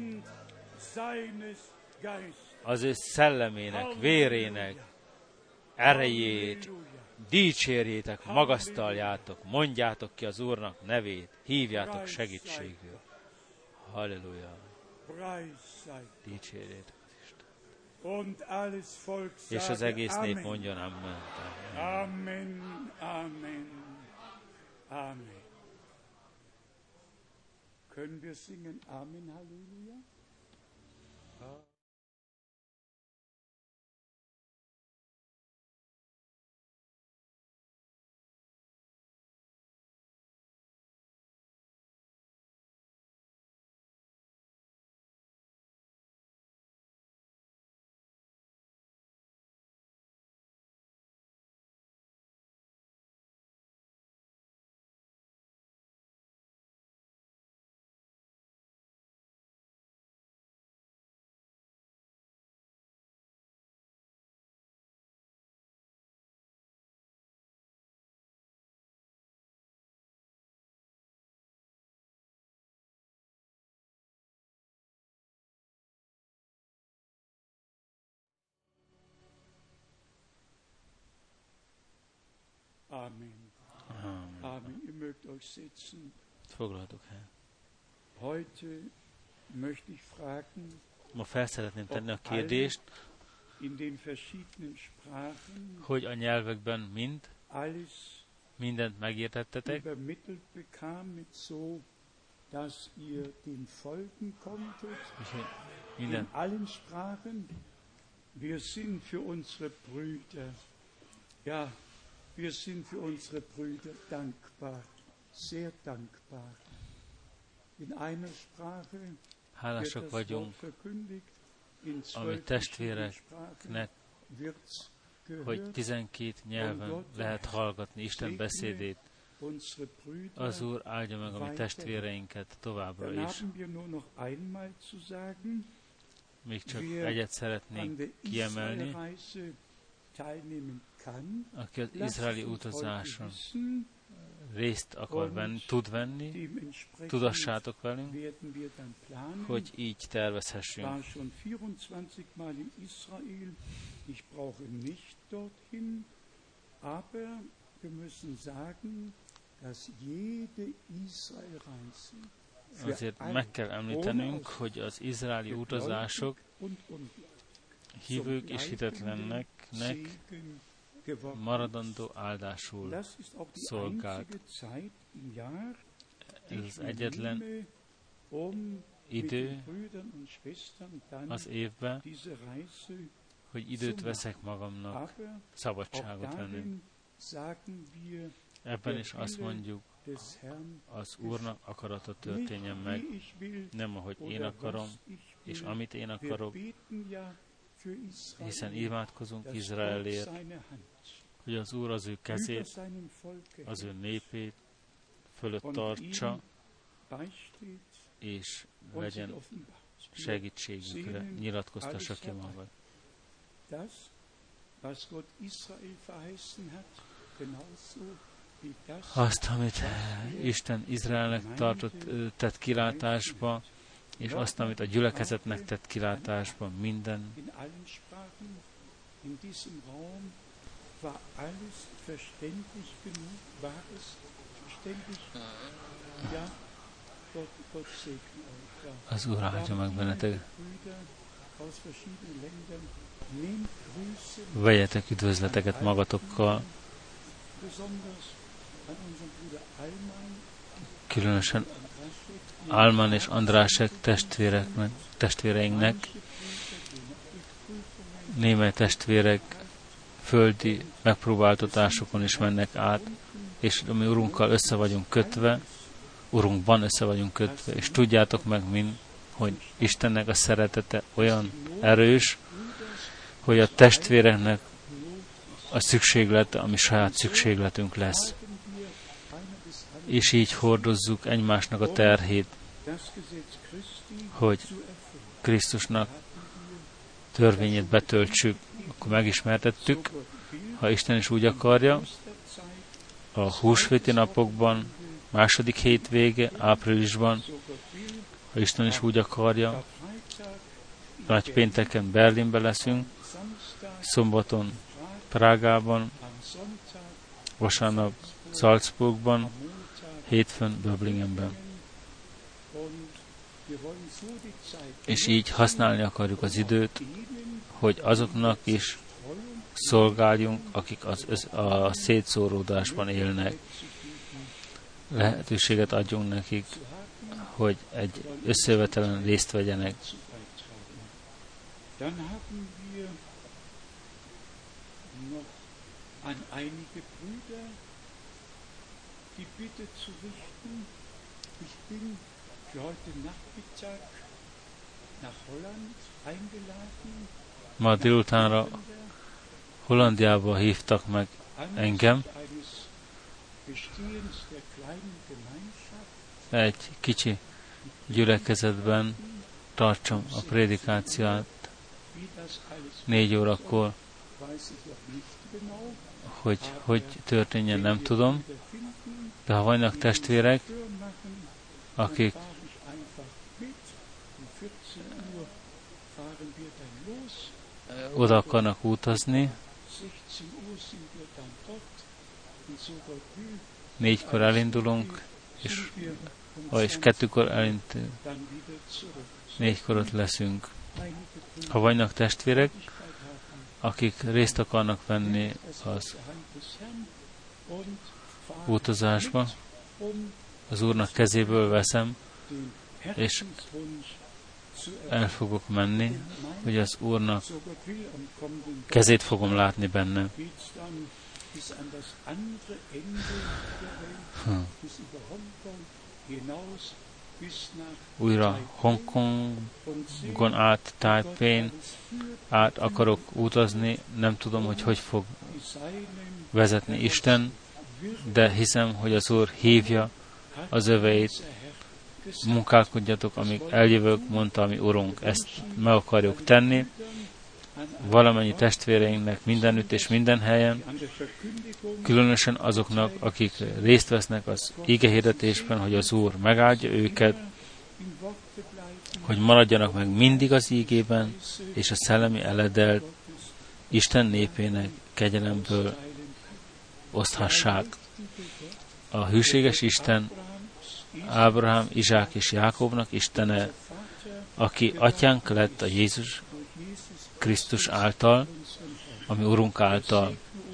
Az ő szellemének, vérének, erejét dicsérjétek, magasztaljátok, mondjátok ki az Úrnak nevét, hívjátok segítségül. Halleluja. Dicsérjétek az Isten. És az egész nép mondjon amen. Amen, amen, amen. Können wir singen Amen, Halleluja? Amen. Amen. Ihr mögt euch setzen. Foglaltok el. Heute möchte ich fragen, ma fel szeretném tenni a kérdést, in den verschiedenen Sprachen hogy a nyelvekben alles mindent megértettetek, übermittelt bekam, mit so, dass ihr dem folgen konntet. In allen Sprachen. Wir sind für unsere Brüder, ja, wir sind für unsere Brüder dankbar, sehr dankbar. In einer Sprache hálásak vagyunk a mi testvéreknek, hogy 12 nyelven lehet hallgatni Isten beszédét. Az Úr áldja meg a mi testvéreinket továbbra is. Még csak egyet szeretnénk kiemelni, aki az izraeli utazáson részt akar tud venni, tudassátok velünk, hogy így tervezhessünk. Azért meg kell említenünk, hogy az izraeli utazások hívők és hitetleneknek maradandó áldásul szolgált. Ez az egyetlen idő az évben, hogy időt veszek magamnak szabadságot venni. Ebben is azt mondjuk, az Úrnak akarata történjen meg, nem ahogy én akarom, és amit én akarok, hiszen imádkozunk Izraelért, hogy az Úr az ő kezét, az ő népét fölött tartsa, és legyen segítségükre, nyilatkoztassa ki magad. Azt, amit Isten Izraelnek tett kilátásba, és azt, amit a gyülekezetnek tett kilátásba, minden. Az Úr áldja meg benneteket. Vegyetek üdvözleteket magatokkal, különösen Alman és Andrásek testvéreinknek, Némely testvérek földi megpróbáltatásokon is mennek át, és mi Urunkkal össze vagyunk kötve, Urunkban össze vagyunk kötve, és tudjátok meg mind, hogy Istennek a szeretete olyan erős, hogy a testvéreknek a szükséglete, ami saját szükségletünk lesz. És így hordozzuk egymásnak a terhét, hogy Krisztusnak törvényét betöltsük. Akkor megismertettük, ha Isten is úgy akarja, a húsvéti napokban, második hétvége, áprilisban, ha Isten is úgy akarja, nagypénteken Berlinben leszünk, szombaton Prágában, vasárnap Salzburgban, hétfőn Böblingenben. És így használni akarjuk az időt, hogy azoknak is szolgáljunk, akik a szétszóródásban élnek. Lehetőséget adjunk nekik, hogy egy összejövetelen részt vegyenek. An einige Brüder die Bitte zu richten, ich bin für heute Nachmittag nach Holland eingeladen. Ma délutánra Hollandiába hívtak meg engem. Egy kicsi gyülekezetben tartsam a prédikációt 4 órakor. Hogy történjen, nem tudom, de ha vannak testvérek, akik oda akarnak utazni, 4-kor elindulunk, és 2-kor elindulunk, 4-kor ott leszünk. Ha vannak testvérek, akik részt akarnak venni az utazásba, az Úrnak kezéből veszem, és el fogok menni, hogy az Úrnak kezét fogom látni benne. Újra Hongkongon át, Taipén át akarok utazni, nem tudom, hogy fog vezetni Isten, de hiszem, hogy az Úr hívja az öveit. Munkálkodjatok, amíg eljövök, mondta a mi Urunk. Ezt meg akarjuk tenni, valamennyi testvéreinknek mindenütt és minden helyen, különösen azoknak, akik részt vesznek az igehirdetésben, hogy az Úr megáldja őket, hogy maradjanak meg mindig az ígében, és a szellemi eledelt Isten népének kegyelemből oszthassák. A hűséges Isten, Ábrahám, Izsák és Jákobnak Istene, aki atyánk lett a Jézus Krisztus által, ami Urunk által.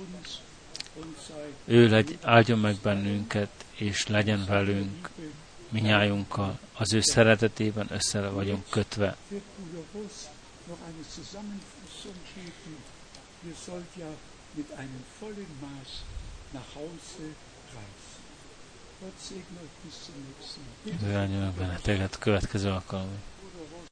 Ő áldjon meg bennünket, és legyen velünk, minnyájunkkal, az ő szeretetében össze vagyunk kötve. Ő áldjon meg benneteket következő alkalommal.